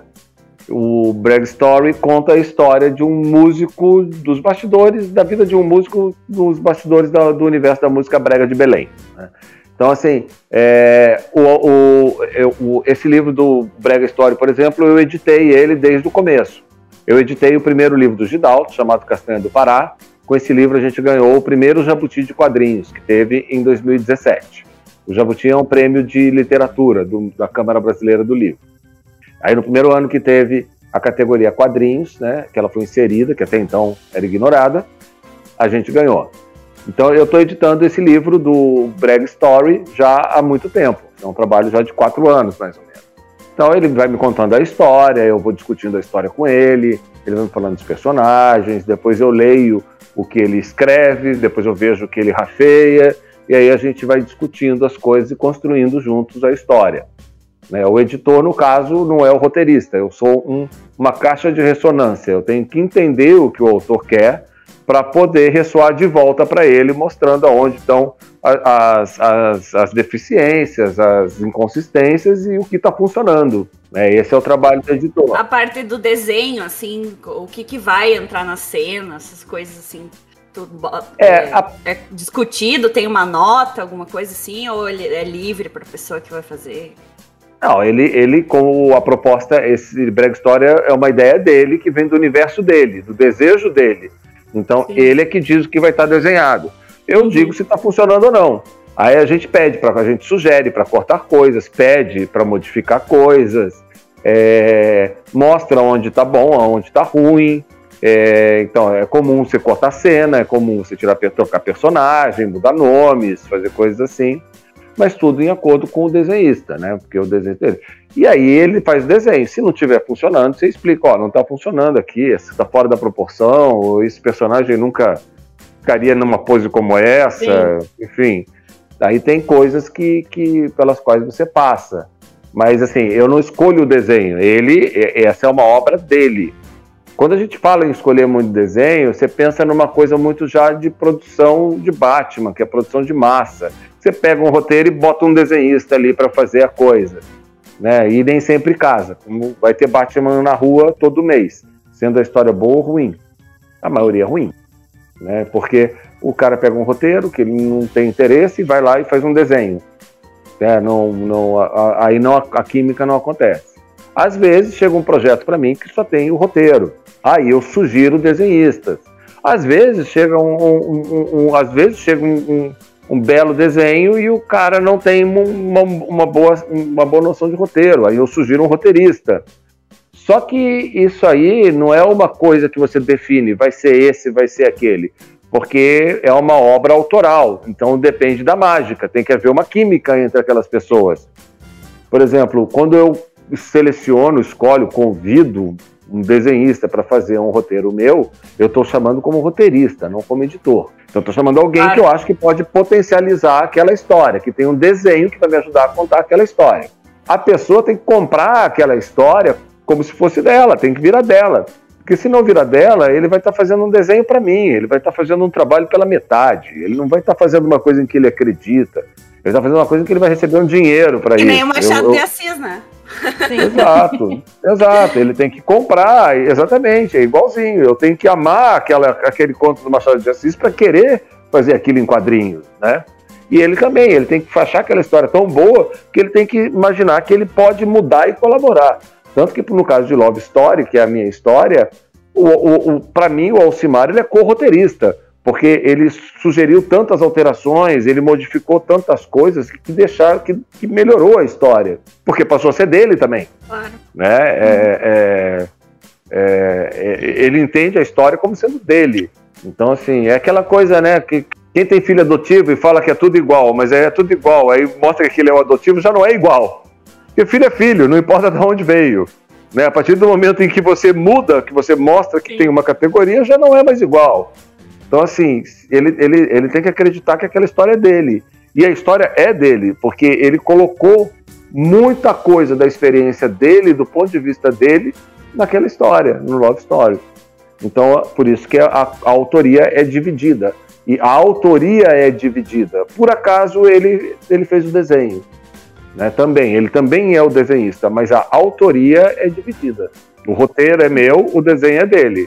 O Brega Story conta a história de um músico, dos bastidores, da vida de um músico, dos bastidores da, do universo da música brega de Belém, né? Então, assim, é, o, o, eu, o, esse livro do Brega Story, por exemplo, eu editei ele desde o começo. Eu editei o primeiro livro do Gidalto, chamado Castanha do Pará. Com esse livro a gente ganhou o primeiro Jabuti de quadrinhos, que teve em dois mil e dezessete. O Jabuti é um prêmio de literatura do, da Câmara Brasileira do Livro. Aí no primeiro ano que teve a categoria quadrinhos, né, que ela foi inserida, que até então era ignorada, a gente ganhou. Então eu estou editando esse livro do Brega Story já há muito tempo. É um trabalho já de quatro anos, mais ou menos. Então ele vai me contando a história, eu vou discutindo a história com ele, ele vai me falando dos personagens, depois eu leio o que ele escreve, depois eu vejo o que ele rafeia, e aí a gente vai discutindo as coisas e construindo juntos a história. Né? O editor, no caso, não é o roteirista, eu sou um, uma caixa de ressonância, eu tenho que entender o que o autor quer para poder ressoar de volta para ele, mostrando aonde estão as, as, as deficiências, as inconsistências e o que está funcionando. Né? Esse é o trabalho do editor. A parte do desenho, assim, o que, que vai entrar na cena, essas coisas assim... Tudo é, é, a... é discutido, tem uma nota, alguma coisa assim, ou ele é livre para a pessoa que vai fazer? Não, ele, ele com a proposta, esse Brega Story é uma ideia dele, que vem do universo dele, do desejo dele. Então, sim, ele é que diz o que vai estar desenhado. Eu uhum. digo se está funcionando ou não. Aí a gente pede, pra, a gente sugere para cortar coisas, pede para modificar coisas, é, mostra onde está bom, onde está ruim. É, então, é comum você cortar cena, é comum você tirar, trocar personagem, mudar nomes, fazer coisas assim, mas tudo em acordo com o desenhista, né? Porque o desenho dele. E aí ele faz o desenho. Se não estiver funcionando, você explica, ó, não está funcionando aqui, está fora da proporção, ou esse personagem nunca ficaria numa pose como essa, sim, enfim. Aí tem coisas que, que, pelas quais você passa. Mas assim, eu não escolho o desenho, ele, essa é uma obra dele. Quando a gente fala em escolher muito desenho, você pensa numa coisa muito já de produção de Batman, que é produção de massa. Você pega um roteiro e bota um desenhista ali para fazer a coisa, né? E nem sempre casa. Como vai ter Batman na rua todo mês, sendo a história boa ou ruim. A maioria é ruim, né? Porque o cara pega um roteiro que ele não tem interesse e vai lá e faz um desenho. Né? Não, não, a, aí não, a química não acontece. Às vezes chega um projeto para mim que só tem o roteiro. Aí eu sugiro desenhistas. Às vezes chega um, um, um, um às vezes chega um, um, um belo desenho e o cara não tem uma, uma, boa, uma boa noção de roteiro. Aí eu sugiro um roteirista. Só que isso aí não é uma coisa que você define, vai ser esse, vai ser aquele. Porque é uma obra autoral, então depende da mágica. Tem que haver uma química entre aquelas pessoas. Por exemplo, quando eu seleciono, escolho, convido um desenhista para fazer um roteiro meu, eu estou chamando como roteirista, não como editor. Então estou chamando alguém claro. que eu acho que pode potencializar aquela história, que tem um desenho que vai me ajudar a contar aquela história. A pessoa tem que comprar aquela história como se fosse dela, tem que virar dela. Porque se não virar dela, ele vai estar tá fazendo um desenho para mim, ele vai estar tá fazendo um trabalho pela metade, ele não vai estar tá fazendo uma coisa em que ele acredita, ele está fazendo uma coisa em que ele vai receber um dinheiro para isso. E nem o Machado eu, eu... de Assis, né? Sim. Exato, exato, ele tem que comprar, exatamente, é igualzinho, eu tenho que amar aquela, aquele conto do Machado de Assis para querer fazer aquilo em quadrinhos, né? E ele também, ele tem que achar aquela história tão boa que ele tem que imaginar que ele pode mudar e colaborar. Tanto que no caso de Love Story, que é a minha história, o, o, o, para mim o Alcimar ele é co-roteirista, porque ele sugeriu tantas alterações, ele modificou tantas coisas que, deixaram, que, que melhorou a história, porque passou a ser dele também. Claro. Né? É, é, é, é, ele entende a história como sendo dele. Então, assim, é aquela coisa, né, que quem tem filho adotivo e fala que é tudo igual, mas é tudo igual, aí mostra que ele é o adotivo, já não é igual. Porque filho é filho, não importa de onde veio. Né? A partir do momento em que você muda, que você mostra que Sim. tem uma categoria, já não é mais igual. Então, assim, ele, ele, ele tem que acreditar que aquela história é dele. E a história é dele, porque ele colocou muita coisa da experiência dele, do ponto de vista dele, naquela história, no Love Story. Então, por isso que a, a autoria é dividida. E a autoria é dividida. Por acaso, ele, ele fez o desenho. Né? Também, ele também é o desenhista, mas a autoria é dividida. O roteiro é meu, o desenho é dele.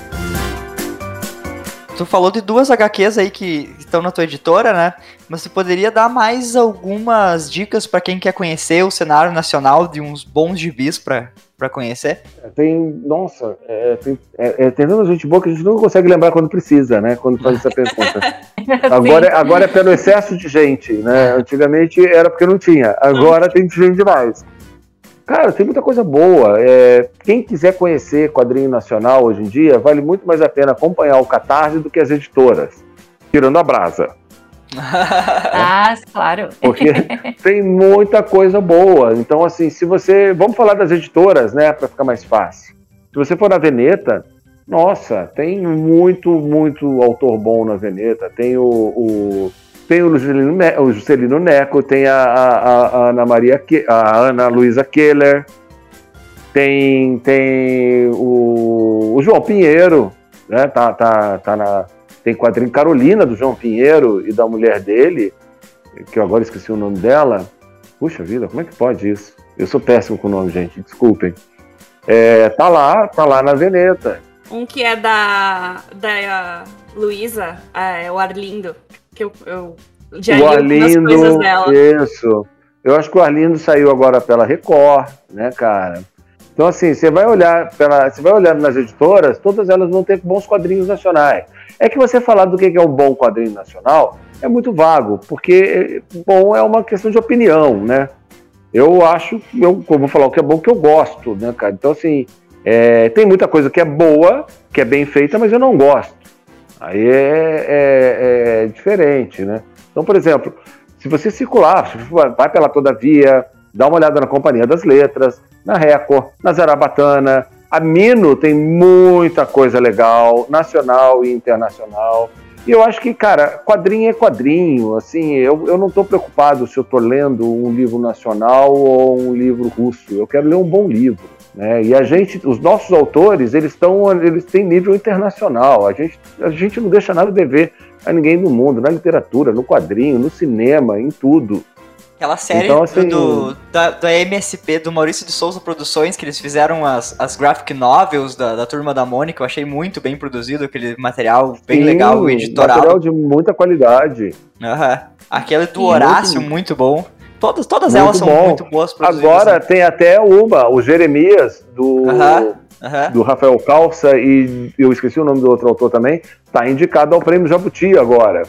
Tu falou de duas agá quês aí que estão na tua editora, né? Mas tu poderia dar mais algumas dicas para quem quer conhecer o cenário nacional de uns bons gibis para para conhecer? Tem, nossa, é, tem, é, é, tem tanta gente boa que a gente não consegue lembrar quando precisa, né? Quando faz essa pergunta. Agora, agora é pelo excesso de gente, né? Antigamente era porque não tinha, agora tem gente demais. Cara, tem muita coisa boa. É, quem quiser conhecer quadrinho nacional hoje em dia, vale muito mais a pena acompanhar o Catarse do que as editoras, tirando a Brasa. Ah, claro. Porque tem muita coisa boa. Então, assim, se você... Vamos falar das editoras, né? Para ficar mais fácil. Se você for na Veneta, nossa, tem muito, muito autor bom na Veneta. Tem o... o tem o Juscelino, o Juscelino Neco, tem a, a, a Ana Maria, a Ana Luísa Keller, tem, tem o, o João Pinheiro, né? Tá, tá, tá na... Tem quadrinho Carolina, do João Pinheiro e da mulher dele, que eu agora esqueci o nome dela. Puxa vida, como é que pode isso? Eu sou péssimo com o nome, gente, desculpem. É, tá lá, tá lá na Veneta. Um que é da, da Luísa, é o Arlindo, que eu, eu já li algumas coisas dela. Isso. Eu acho que o Arlindo saiu agora pela Record, né, cara? Então, assim, você vai olhar pela, você vai olhando nas editoras, todas elas vão ter bons quadrinhos nacionais. É que você falar do que é um bom quadrinho nacional é muito vago, porque bom é uma questão de opinião, né? Eu acho, eu, eu vou falar o que é bom, que eu gosto, né, cara? Então, assim, é, tem muita coisa que é boa, que é bem feita, mas eu não gosto. Aí é, é, é diferente, né? Então, por exemplo, se você circular, vai pela Todavia, dá uma olhada na Companhia das Letras, na Record, na Zarabatana, a Mino tem muita coisa legal, nacional e internacional. E eu acho que, cara, quadrinho é quadrinho, assim, eu, eu não estou preocupado se eu estou lendo um livro nacional ou um livro russo, eu quero ler um bom livro, né? E a gente, os nossos autores, eles, tão, eles têm nível internacional, a gente, a gente não deixa nada dever a ninguém no mundo, na literatura, no quadrinho, no cinema, em tudo. Aquela série então, assim, do, da, da M S P, do Maurício de Souza Produções, que eles fizeram as, as graphic novels da, da Turma da Mônica, eu achei muito bem produzido, aquele material bem sim, legal, editoral. Material de muita qualidade. Uhum. Aquele do sim, Horácio, muito, muito bom. Todas, todas muito elas são bom. muito boas produzidas. Agora né? Tem até uma, o Jeremias, do, uhum. Uhum. do Rafael Calça, e eu esqueci o nome do outro autor também, está indicado ao Prêmio Jabuti agora.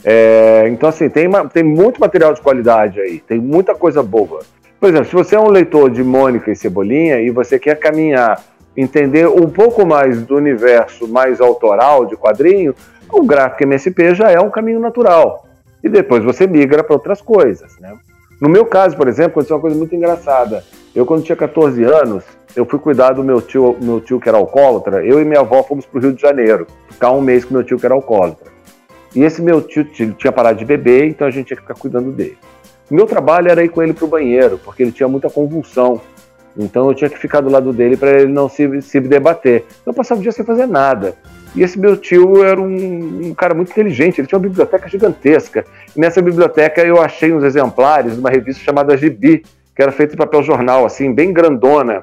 É, então, assim, tem, uma, tem muito material de qualidade aí, tem muita coisa boa. Por exemplo, se você é um leitor de Mônica e Cebolinha e você quer caminhar, entender um pouco mais do universo mais autoral de quadrinho, o gráfico M S P já é um caminho natural. E depois você migra para outras coisas, né? No meu caso, por exemplo, aconteceu uma coisa muito engraçada. Eu, quando tinha catorze anos, eu fui cuidar do meu tio, meu tio que era alcoólatra. Eu e minha avó fomos para o Rio de Janeiro, ficar um mês com meu tio que era alcoólatra. E esse meu tio tinha parado de beber, então a gente tinha que ficar cuidando dele. O meu trabalho era ir com ele para o banheiro, porque ele tinha muita convulsão. Então eu tinha que ficar do lado dele para ele não se, se debater. Então eu passava o dia sem fazer nada. E esse meu tio era um, um cara muito inteligente, ele tinha uma biblioteca gigantesca. E nessa biblioteca eu achei uns exemplares de uma revista chamada Gibi, que era feita em papel jornal, assim, bem grandona.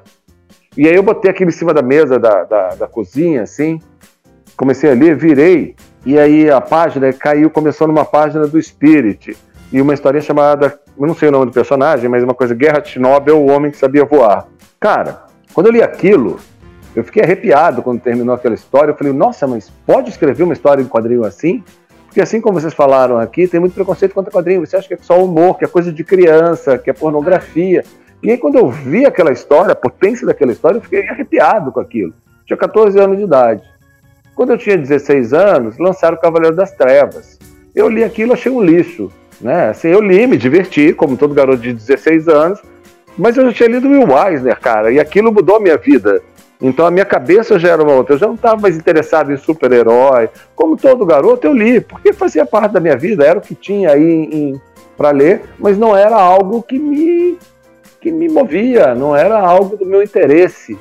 E aí eu botei aquilo em cima da mesa da, da, da cozinha, assim, comecei a ler, virei, e aí a página caiu, começou numa página do Spirit, e uma historinha chamada, eu não sei o nome do personagem, mas uma coisa, Guerra de Chernobyl, o homem que sabia voar. Cara, quando eu li aquilo, eu fiquei arrepiado quando terminou aquela história. Eu falei, nossa, mas pode escrever uma história em quadrinho assim? Porque assim como vocês falaram aqui, tem muito preconceito contra quadrinho. Você acha que é só humor, que é coisa de criança, que é pornografia. E aí quando eu vi aquela história, a potência daquela história, eu fiquei arrepiado com aquilo. Tinha catorze anos de idade. Quando eu tinha dezesseis anos, lançaram o Cavaleiro das Trevas. Eu li aquilo, achei um lixo. Né? Assim, eu li, me diverti, como todo garoto de dezesseis anos, mas eu já tinha lido Will Eisner, cara, e aquilo mudou a minha vida. Então a minha cabeça já era uma outra, eu já não estava mais interessado em super-herói. Como todo garoto eu li, porque fazia parte da minha vida, era o que tinha aí para ler, mas não era algo que me, que me movia, não era algo do meu interesse.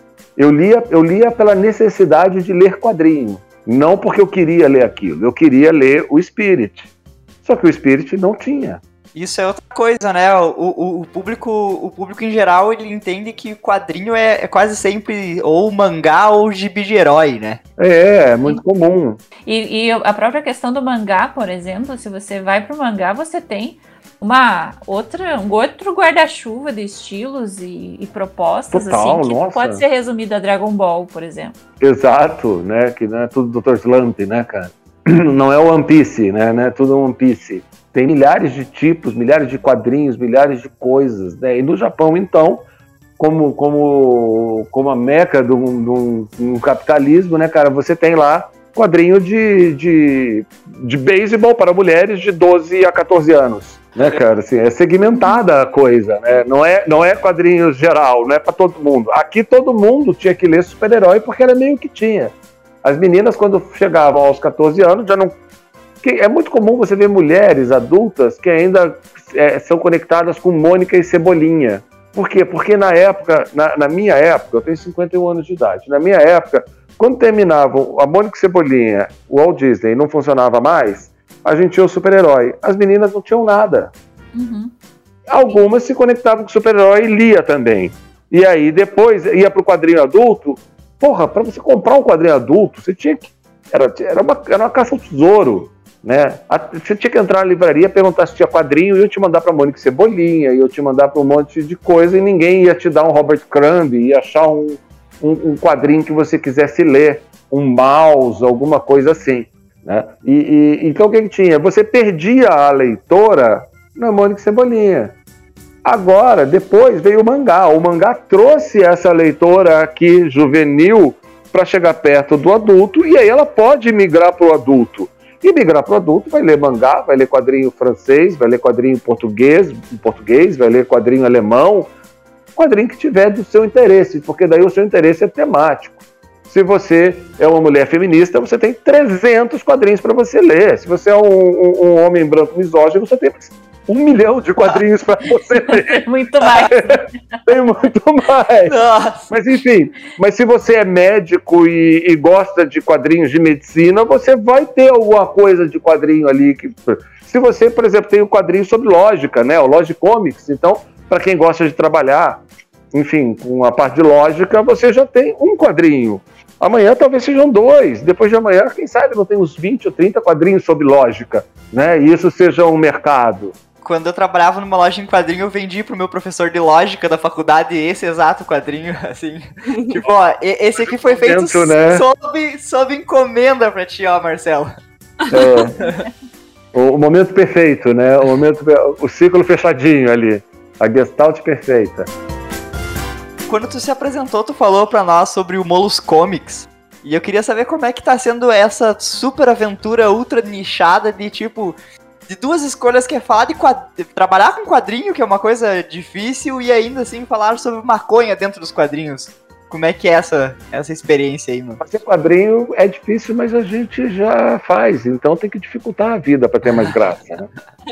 Eu lia, eu lia pela necessidade de ler quadrinho, não porque eu queria ler aquilo, eu queria ler o Spirit. Só que o Spirit não tinha. Isso é outra coisa, né? O, o, o, público, o público em geral, ele entende que quadrinho é, é quase sempre ou mangá ou gibi de herói, né? É, é muito comum. E, e a própria questão do mangá, por exemplo, se você vai pro mangá, você tem uma outra, um outro guarda-chuva de estilos e, e propostas, Total, assim, que nossa. pode ser resumido a Dragon Ball, por exemplo. Exato, né? Que não é tudo doutor Slump, né, cara? Não é o One Piece, né? Não é tudo One Piece. Tem milhares de tipos, milhares de quadrinhos, milhares de coisas, né? E no Japão, então, como, como, como a meca do, do, do capitalismo, né, cara, você tem lá quadrinho de, de, de beisebol para mulheres de doze a catorze anos, né, cara? Assim, é segmentada a coisa, né? Não é, não é quadrinho geral, não é para todo mundo. Aqui todo mundo tinha que ler super-herói porque era meio que tinha. As meninas, quando chegavam aos catorze anos, já não... É muito comum você ver mulheres adultas que ainda é, são conectadas com Mônica e Cebolinha. Por quê? Porque na época, na, na minha época, eu tenho cinquenta e um anos de idade, na minha época, quando terminavam a Mônica e Cebolinha, o Walt Disney não funcionava mais, a gente tinha o super-herói. As meninas não tinham nada. Uhum. Algumas se conectavam com o super-herói e lia também. E aí depois ia pro quadrinho adulto. Porra, para você comprar um quadrinho adulto, você tinha que... Era, era, uma, era uma caça ao tesouro. Né? Você tinha que entrar na livraria, perguntar se tinha quadrinho, e eu te mandar pra Mônica Cebolinha, e eu te mandar pra um monte de coisa, e ninguém ia te dar um Robert Crumb, ia achar um, um, um quadrinho que você quisesse ler, um mouse, alguma coisa assim, né? E, e, então o que que tinha? Você perdia a leitora na Mônica Cebolinha. Agora, depois veio o mangá. O mangá trouxe essa leitora aqui, juvenil, para chegar perto do adulto, e aí ela pode migrar pro adulto. E migrar para o adulto, vai ler mangá, vai ler quadrinho francês, vai ler quadrinho português, português, vai ler quadrinho alemão, quadrinho que tiver do seu interesse, porque daí o seu interesse é temático. Se você é uma mulher feminista, você tem trezentos quadrinhos para você ler. Se você é um, um, um homem branco misógino, você tem um milhão de quadrinhos para você ler. Muito mais. Tem muito mais. Nossa. Mas enfim, mas se você é médico e, e gosta de quadrinhos de medicina, você vai ter alguma coisa de quadrinho ali. Que, se você, por exemplo, tem um quadrinho sobre lógica, né, o Logic Comics, então, para quem gosta de trabalhar, enfim, com a parte de lógica, você já tem um quadrinho. Amanhã talvez sejam dois, depois de amanhã, quem sabe não tem uns vinte ou trinta quadrinhos sobre lógica, né, e isso seja um mercado. Quando eu trabalhava numa loja em quadrinho, eu vendi pro meu professor de lógica da faculdade esse exato quadrinho, assim. Tipo, ó, esse aqui foi feito Dentro, né? sob, sob encomenda pra ti, ó, Marcelo. É. O, o momento perfeito, né? O momento, o ciclo fechadinho ali. A gestalt perfeita. Quando tu se apresentou, tu falou pra nós sobre o Molus Comics. E eu queria saber como é que tá sendo essa super aventura ultra nichada de, tipo... de duas escolhas, que é falar de quad... trabalhar com quadrinho, que é uma coisa difícil, e ainda assim falar sobre maconha dentro dos quadrinhos. Como é que é essa, essa experiência aí, mano? Fazer quadrinho é difícil, mas a gente já faz, então tem que dificultar a vida para ter mais graça, né?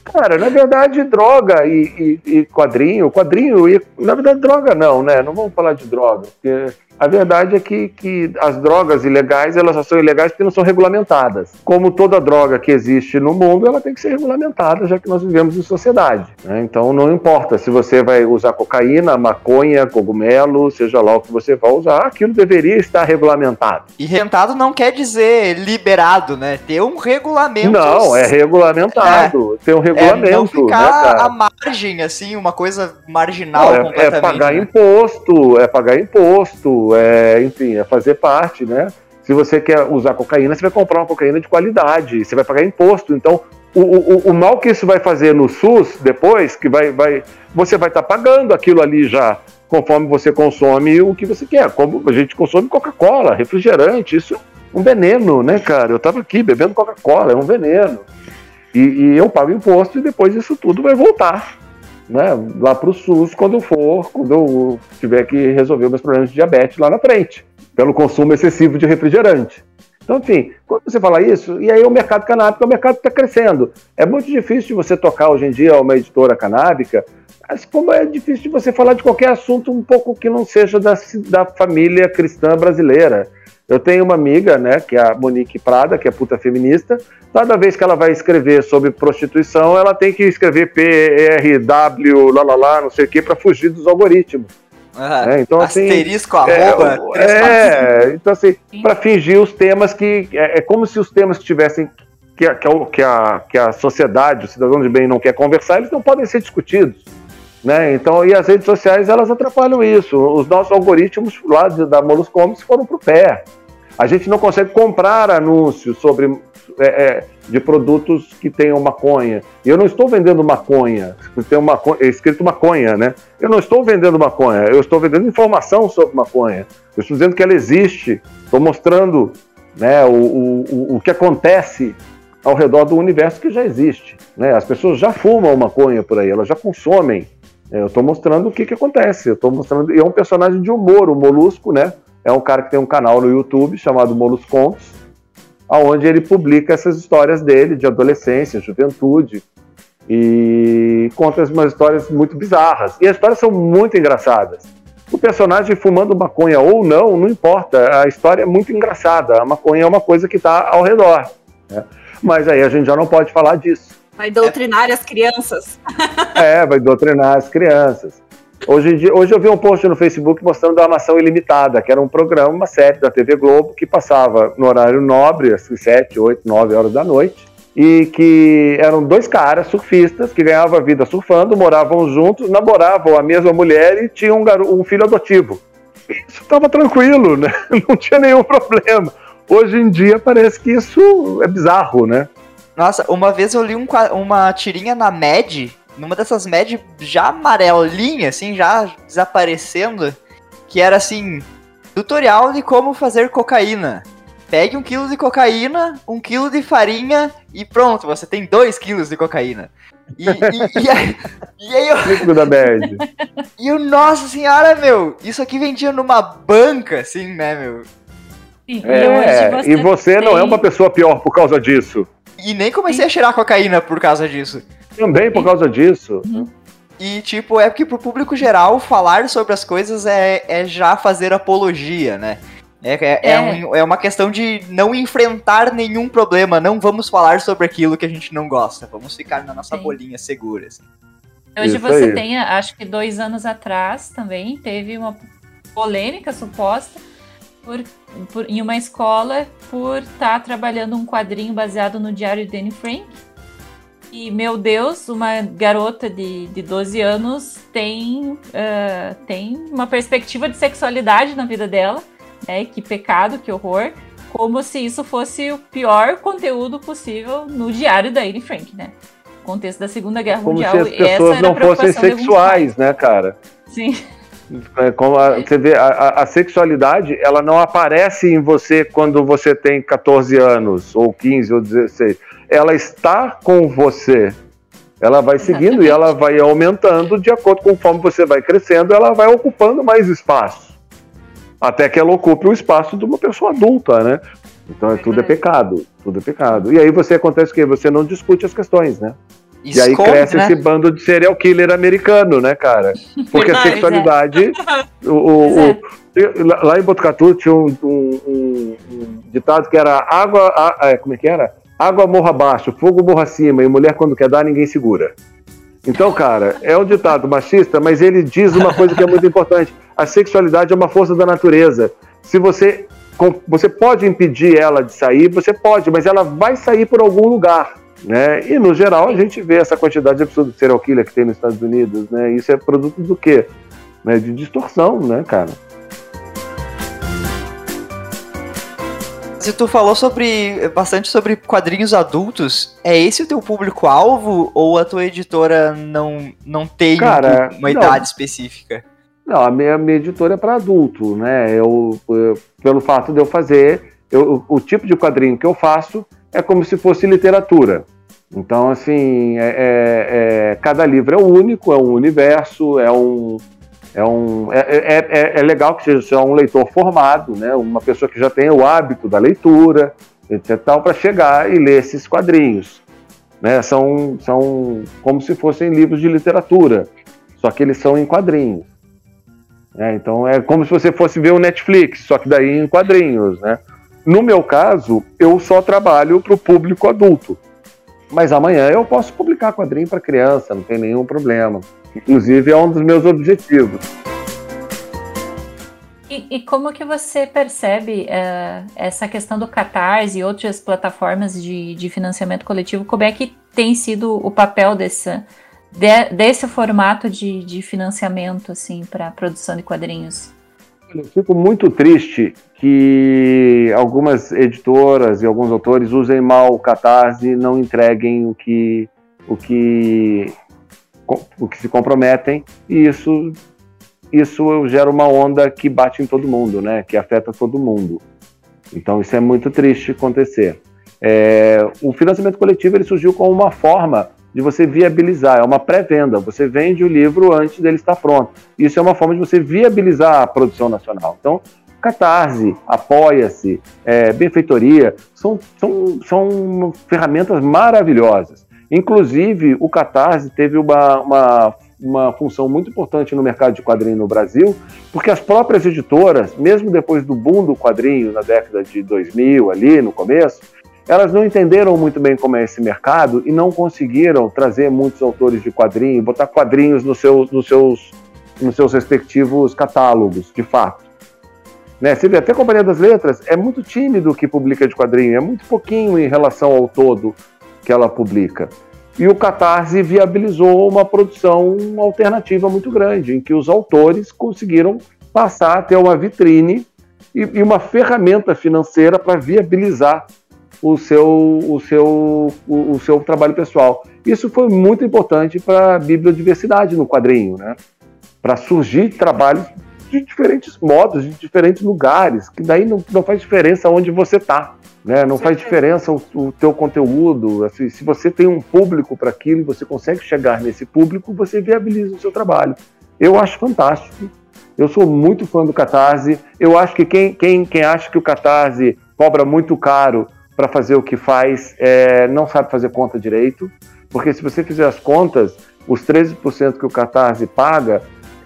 Cara, na verdade, droga e, e, e quadrinho, quadrinho e... Na verdade, droga não, né? Não vamos falar de droga, porque a verdade é que, que as drogas ilegais, elas só são ilegais porque não são regulamentadas. Como toda droga que existe no mundo, ela tem que ser regulamentada, já que nós vivemos em sociedade, né? Então, não importa se você vai usar cocaína, maconha, cogumelo, seja lá o que você vai usar, aquilo deveria estar regulamentado. E regulamentado não quer dizer liberado, né? Ter um regulamento. Não, é regulamentado. É. Tem um regulamento. É não ficar né, à margem, assim, uma coisa marginal não, é, completamente. É pagar né? imposto, é pagar imposto, é, enfim, é fazer parte, né? Se você quer usar cocaína, você vai comprar uma cocaína de qualidade, você vai pagar imposto. Então, o, o, o mal que isso vai fazer no SUS depois, que vai, vai, você vai estar tá pagando aquilo ali já, conforme você consome o que você quer. Como a gente consome Coca-Cola, refrigerante, isso é um veneno, né, cara? Eu estava aqui bebendo Coca-Cola, é um veneno. E, e eu pago imposto e depois isso tudo vai voltar, né, lá para o SUS quando eu for, quando eu tiver que resolver meus problemas de diabetes lá na frente, pelo consumo excessivo de refrigerante. Então, enfim, quando você fala isso, e aí o mercado canábico, o mercado está crescendo. É muito difícil de você tocar hoje em dia uma editora canábica, mas como é difícil de você falar de qualquer assunto um pouco que não seja da, da família cristã brasileira. Eu tenho uma amiga, né, que é a Monique Prada, que é puta feminista. Toda vez que ela vai escrever sobre prostituição, ela tem que escrever P R W, lá, lá, lá, não sei o que, para fugir dos algoritmos. Uhum. É, então, assim, asterisco, arroba, é, é, então assim, para fingir os temas que... É, é como se os temas que tivessem... Que a, que, a, que a sociedade, o cidadão de bem não quer conversar, eles não podem ser discutidos. Né? Então, e as redes sociais, elas atrapalham isso. Os nossos algoritmos lá de, da Moluscomics foram pro pé. A gente não consegue comprar anúncios sobre, é, é, de produtos que tenham maconha. E eu não estou vendendo maconha, tem uma, é escrito maconha, né? Eu não estou vendendo maconha, eu estou vendendo informação sobre maconha. Eu estou dizendo que ela existe, estou mostrando, né, o, o, o que acontece ao redor do universo que já existe. Né? As pessoas já fumam maconha por aí, elas já consomem. Eu estou mostrando o que, que acontece. Eu estou mostrando. E é um personagem de humor, o Molusco, né? É um cara que tem um canal no YouTube chamado Moluscontos, onde ele publica essas histórias dele, de adolescência, juventude, e conta umas histórias muito bizarras. E as histórias são muito engraçadas. O personagem fumando maconha ou não, não importa. A história é muito engraçada. A maconha é uma coisa que está ao redor. Né? Mas aí a gente já não pode falar disso. Vai doutrinar é. as crianças. É, vai doutrinar as crianças. Hoje, em dia, hoje eu vi um post no Facebook mostrando a Armação Ilimitada, que era um programa, uma série da T V Globo, que passava no horário nobre, às sete, oito, nove horas da noite, e que eram dois caras surfistas que ganhavam a vida surfando, moravam juntos, namoravam a mesma mulher e tinham um, garo- um filho adotivo. Isso estava tranquilo, né? Não tinha nenhum problema. Hoje em dia parece que isso é bizarro, né? Nossa, uma vez eu li um, uma tirinha na Mad, numa dessas Mad já amarelinha, assim, já desaparecendo, que era assim, tutorial de como fazer cocaína. Pegue um quilo de cocaína, um quilo de farinha e pronto, você tem dois quilos de cocaína. E, e, e, aí, e aí eu... da Mad. E eu, nossa senhora, meu, isso aqui vendia numa banca, assim, né, meu? E, é, você e você tem... não é uma pessoa pior por causa disso. E nem comecei a cheirar cocaína por causa disso. Também por causa disso. Uhum. E, tipo, é porque pro público geral, falar sobre as coisas é, é já fazer apologia, né? É, é, é. É, um, é uma questão de não enfrentar nenhum problema. Não vamos falar sobre aquilo que a gente não gosta. Vamos ficar na nossa Sim. bolinha segura, assim. Hoje Isso você aí. tem, acho que dois anos atrás também, teve uma polêmica suposta Por, por, em uma escola por estar tá trabalhando um quadrinho baseado no diário de Anne Frank. E, meu Deus, uma garota de, de doze anos tem, uh, tem uma perspectiva de sexualidade na vida dela, né? Que pecado, que horror. Como se isso fosse o pior conteúdo possível no diário da Anne Frank, né? No contexto da Segunda Guerra Como Mundial. Como se as pessoas não fossem sexuais, né, cara? Sim. Como a, você vê, a, a sexualidade, ela não aparece em você quando você tem catorze anos, ou quinze, ou dezesseis. Ela está com você. Ela vai seguindo Exatamente. E ela vai aumentando de acordo com conforme você vai crescendo, ela vai ocupando mais espaço. Até que ela ocupe o espaço de uma pessoa adulta, né? Então é, tudo é pecado, tudo é pecado. E aí você acontece o quê? Você não discute as questões, né? E aí Esconde, cresce né? esse bando de serial killer americano, né, cara? Porque a Verdade, sexualidade... O, o- o- lá em Botucatu tinha um, um- um- um ditado que era água... a- é, como é que era? Água morra abaixo, fogo morra acima, e mulher quando quer dar, ninguém segura. Então, cara, é um ditado machista, mas ele diz uma coisa que é muito importante. A sexualidade é uma força da natureza. Se você... com- Você pode impedir ela de sair, você pode, mas ela vai sair por algum lugar. Né? E, no geral, a gente vê essa quantidade absurda de serial killer que tem nos Estados Unidos, né? Isso é produto do quê? Né? De distorção, né, cara? Se tu falou sobre bastante sobre quadrinhos adultos, é esse o teu público-alvo ou a tua editora não, não tem Cara, uma não. idade específica? Não, a minha, minha editora é para adulto, né? Eu, eu- pelo fato de eu fazer, eu- o tipo de quadrinho que eu faço é como se fosse literatura. Então, assim, é, é- é- cada livro é único, é um universo, é um. É, um, é, é, é- é legal que seja um leitor formado, né? Uma pessoa que já tenha o hábito da leitura, etc, tal, para chegar e ler esses quadrinhos. Né? São, são como se fossem livros de literatura, só que eles são em quadrinhos. Né? Então é como se você fosse ver o Netflix, só que daí em quadrinhos. Né? No meu caso, eu só trabalho para o público adulto. Mas amanhã eu posso publicar quadrinho para criança, não tem nenhum problema. Inclusive é um dos meus objetivos. E, e como que você percebe eh, essa questão do Catarse e outras plataformas de, de financiamento coletivo? Como é que tem sido o papel desse, de- desse formato de, de financiamento assim, para a produção de quadrinhos? Eu fico muito triste que algumas editoras e alguns autores usem mal o Catarse e não entreguem o que, o que, o que se comprometem, e isso, isso gera uma onda que bate em todo mundo, né? Que afeta todo mundo. Então isso é muito triste acontecer. É, o financiamento coletivo ele surgiu como uma forma de você viabilizar, é uma pré-venda, você vende o livro antes dele estar pronto. Isso é uma forma de você viabilizar a produção nacional. Então, Catarse, Apoia-se, é, Benfeitoria, são, são, são ferramentas maravilhosas. Inclusive, o Catarse teve uma, uma, uma função muito importante no mercado de quadrinho no Brasil, porque as próprias editoras, mesmo depois do boom do quadrinho na década de dois mil, ali no começo, elas não entenderam muito bem como é esse mercado e não conseguiram trazer muitos autores de quadrinho, botar quadrinhos nos seus, nos seus, nos seus respectivos catálogos, de fato. Né? Você vê, até a Companhia das Letras é muito tímido o que publica de quadrinho, é muito pouquinho em relação ao todo que ela publica. E o Catarse viabilizou uma produção alternativa muito grande, em que os autores conseguiram passar a ter uma vitrine e, e uma ferramenta financeira para viabilizar o seu, o, seu, o, o seu trabalho pessoal. Isso foi muito importante para a bibliodiversidade no quadrinho, né? Para surgir trabalhos de diferentes modos, de diferentes lugares, que daí não, não faz diferença onde você está. Né? Não faz diferença o, o teu conteúdo. Assim, se você tem um público para aquilo e você consegue chegar nesse público, você viabiliza o seu trabalho. Eu acho fantástico. Eu sou muito fã do Catarse. Eu acho que quem, quem, quem acha que o Catarse cobra muito caro para fazer o que faz, é, não sabe fazer conta direito, porque se você fizer as contas, os treze por cento que o Catarse paga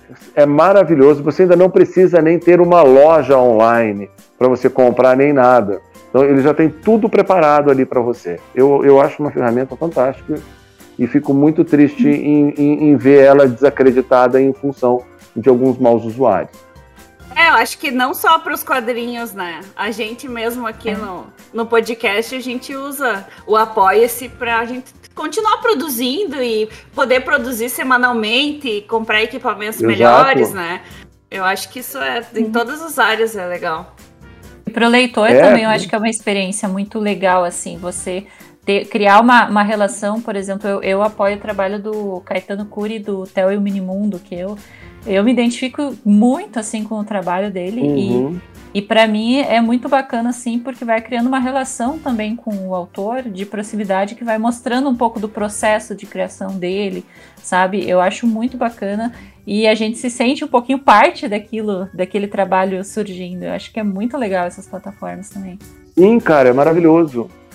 é maravilhoso, você ainda não precisa nem ter uma loja online para você comprar nem nada. Então ele já tem tudo preparado ali para você. Eu, eu acho uma ferramenta fantástica e fico muito triste em, em, em ver ela desacreditada em função de alguns maus usuários. É, eu acho que não só para os quadrinhos, né? A gente mesmo aqui no, no podcast, a gente usa o Apoia-se para a gente continuar produzindo e poder produzir semanalmente, comprar equipamentos Exato. melhores, né? Eu acho que isso é em todas as áreas é legal. E para o leitor É. também, eu acho que é uma experiência muito legal, assim, você ter, criar uma, uma relação, por exemplo, eu, eu apoio o trabalho do Caetano Curi, do Theo e o Minimundo, que eu, eu me identifico muito, assim, com o trabalho dele, Uhum. e, e para mim é muito bacana, assim, porque vai criando uma relação também com o autor, de proximidade, que vai mostrando um pouco do processo de criação dele, sabe? Eu acho muito bacana, e a gente se sente um pouquinho parte daquilo, daquele trabalho surgindo. Eu acho que é muito legal essas plataformas também. Sim, cara, é maravilhoso.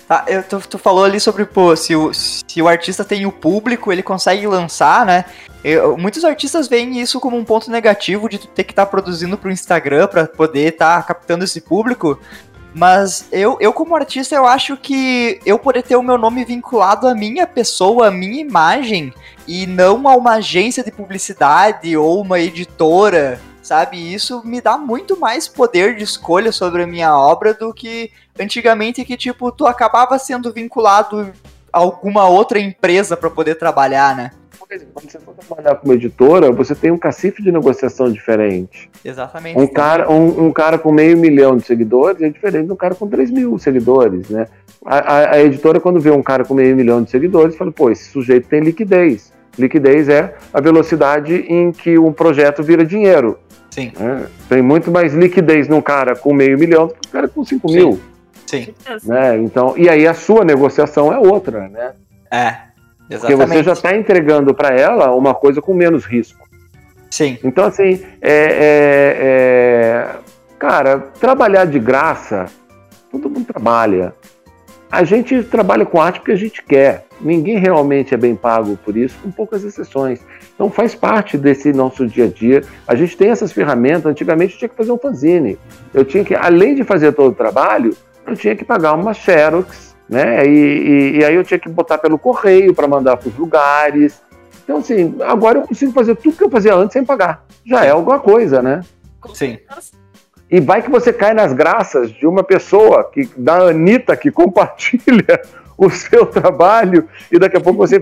Tá, eu, tu, tu falou ali sobre, pô, se o, se o artista tem o público, ele consegue lançar, né? Eu, muitos artistas veem isso como um ponto negativo de tu ter que estar tá produzindo pro Instagram pra poder estar tá captando esse público. Mas eu, eu, como artista, eu acho que eu poder ter o meu nome vinculado à minha pessoa, à minha imagem, e não a uma agência de publicidade ou uma editora, sabe? Isso me dá muito mais poder de escolha sobre a minha obra do que antigamente, que, tipo, tu acabava sendo vinculado a alguma outra empresa para poder trabalhar, né? Quando você for trabalhar com uma editora, você tem um cacife de negociação diferente. Exatamente. Um cara, um, um cara com meio milhão de seguidores é diferente de um cara com três mil seguidores, né? A, a, a editora, quando vê um cara com meio milhão de seguidores, fala, pô, esse sujeito tem liquidez. Liquidez é a velocidade em que um projeto vira dinheiro. Sim. Né? Tem muito mais liquidez num cara com meio milhão do que um cara com cinco Sim. mil. Sim. Né? Então, e aí a sua negociação é outra, né? É. Porque Exatamente. você já está entregando para ela uma coisa com menos risco. Sim. Então, assim, é, é, é... cara, trabalhar de graça, todo mundo trabalha. A gente trabalha com arte porque a gente quer. Ninguém realmente é bem pago por isso, com poucas exceções. Então faz parte desse nosso dia a dia. A gente tem essas ferramentas. Antigamente eu tinha que fazer um fanzine. Eu tinha que, além de fazer todo o trabalho, eu tinha que pagar uma Xerox, né? E, e, e aí eu tinha que botar pelo correio para mandar para os lugares. Então, assim, agora eu consigo fazer tudo que eu fazia antes sem pagar. Já é alguma coisa, né? Sim. E vai que você cai nas graças de uma pessoa, que, da Anitta, que compartilha o seu trabalho e daqui a pouco você...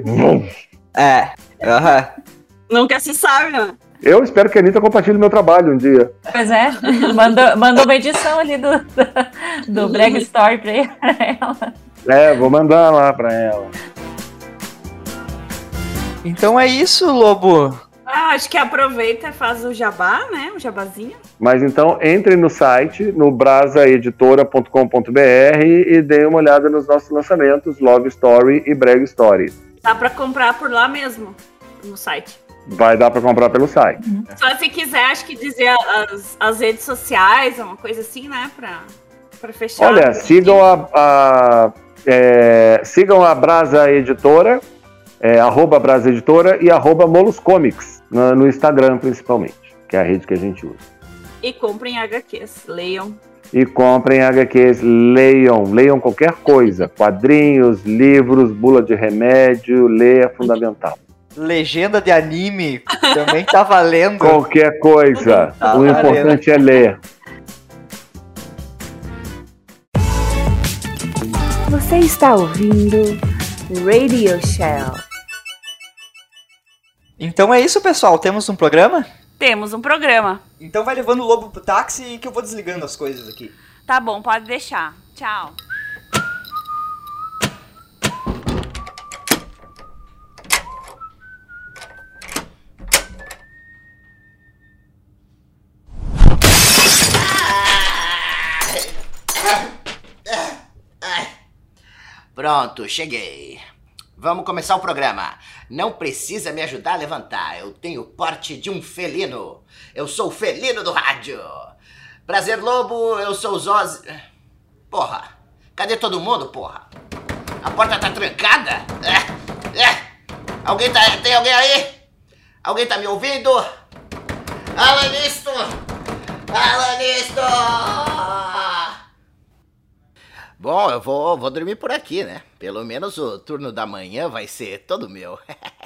É. Uhum. Nunca se sabe, né? Eu espero que a Anitta compartilhe meu trabalho um dia. Pois é, mandou, mandou uma edição ali do, do, do Brag Story pra ela. É, vou mandar lá pra ela. Então é isso, Lobo. Ah, acho que aproveita e faz o jabá, né? O jabazinho. Mas então entre no site, no brasa editora ponto com ponto b r e dê uma olhada nos nossos lançamentos, Love Story e Brag Story. Dá pra comprar por lá mesmo, no site. Vai dar pra comprar pelo site. Uhum. Só se quiser, acho que dizer as, as redes sociais, uma coisa assim, né? Pra, pra fechar. Olha, sigam a, a, é, sigam a Brasa Editora, é, arroba Brasa Editora e arroba Molos Comics, no, no Instagram principalmente, que é a rede que a gente usa. E comprem H Qs, leiam. E comprem H Qs, leiam, leiam qualquer coisa, quadrinhos, livros, bula de remédio, leia é fundamental. Legenda de anime também tá valendo. Qualquer coisa, tá o valendo. importante é ler. Você está ouvindo Radio Shell. Então é isso, pessoal. Temos um programa? Temos um programa. Então vai levando o Lobo pro táxi que eu vou desligando as coisas aqui. Tá bom, pode deixar. Tchau. Pronto, cheguei. Vamos começar o programa. Não precisa me ajudar a levantar. Eu tenho o porte de um felino. Eu sou o felino do rádio. Prazer, Lobo. Eu sou o Zoz... Porra. Cadê todo mundo, porra? A porta tá trancada? É, é. Alguém tá... Tem alguém aí? Alguém tá me ouvindo? Alanisto! Alanisto! Bom, eu vou, vou dormir por aqui, né? Pelo menos o turno da manhã vai ser todo meu.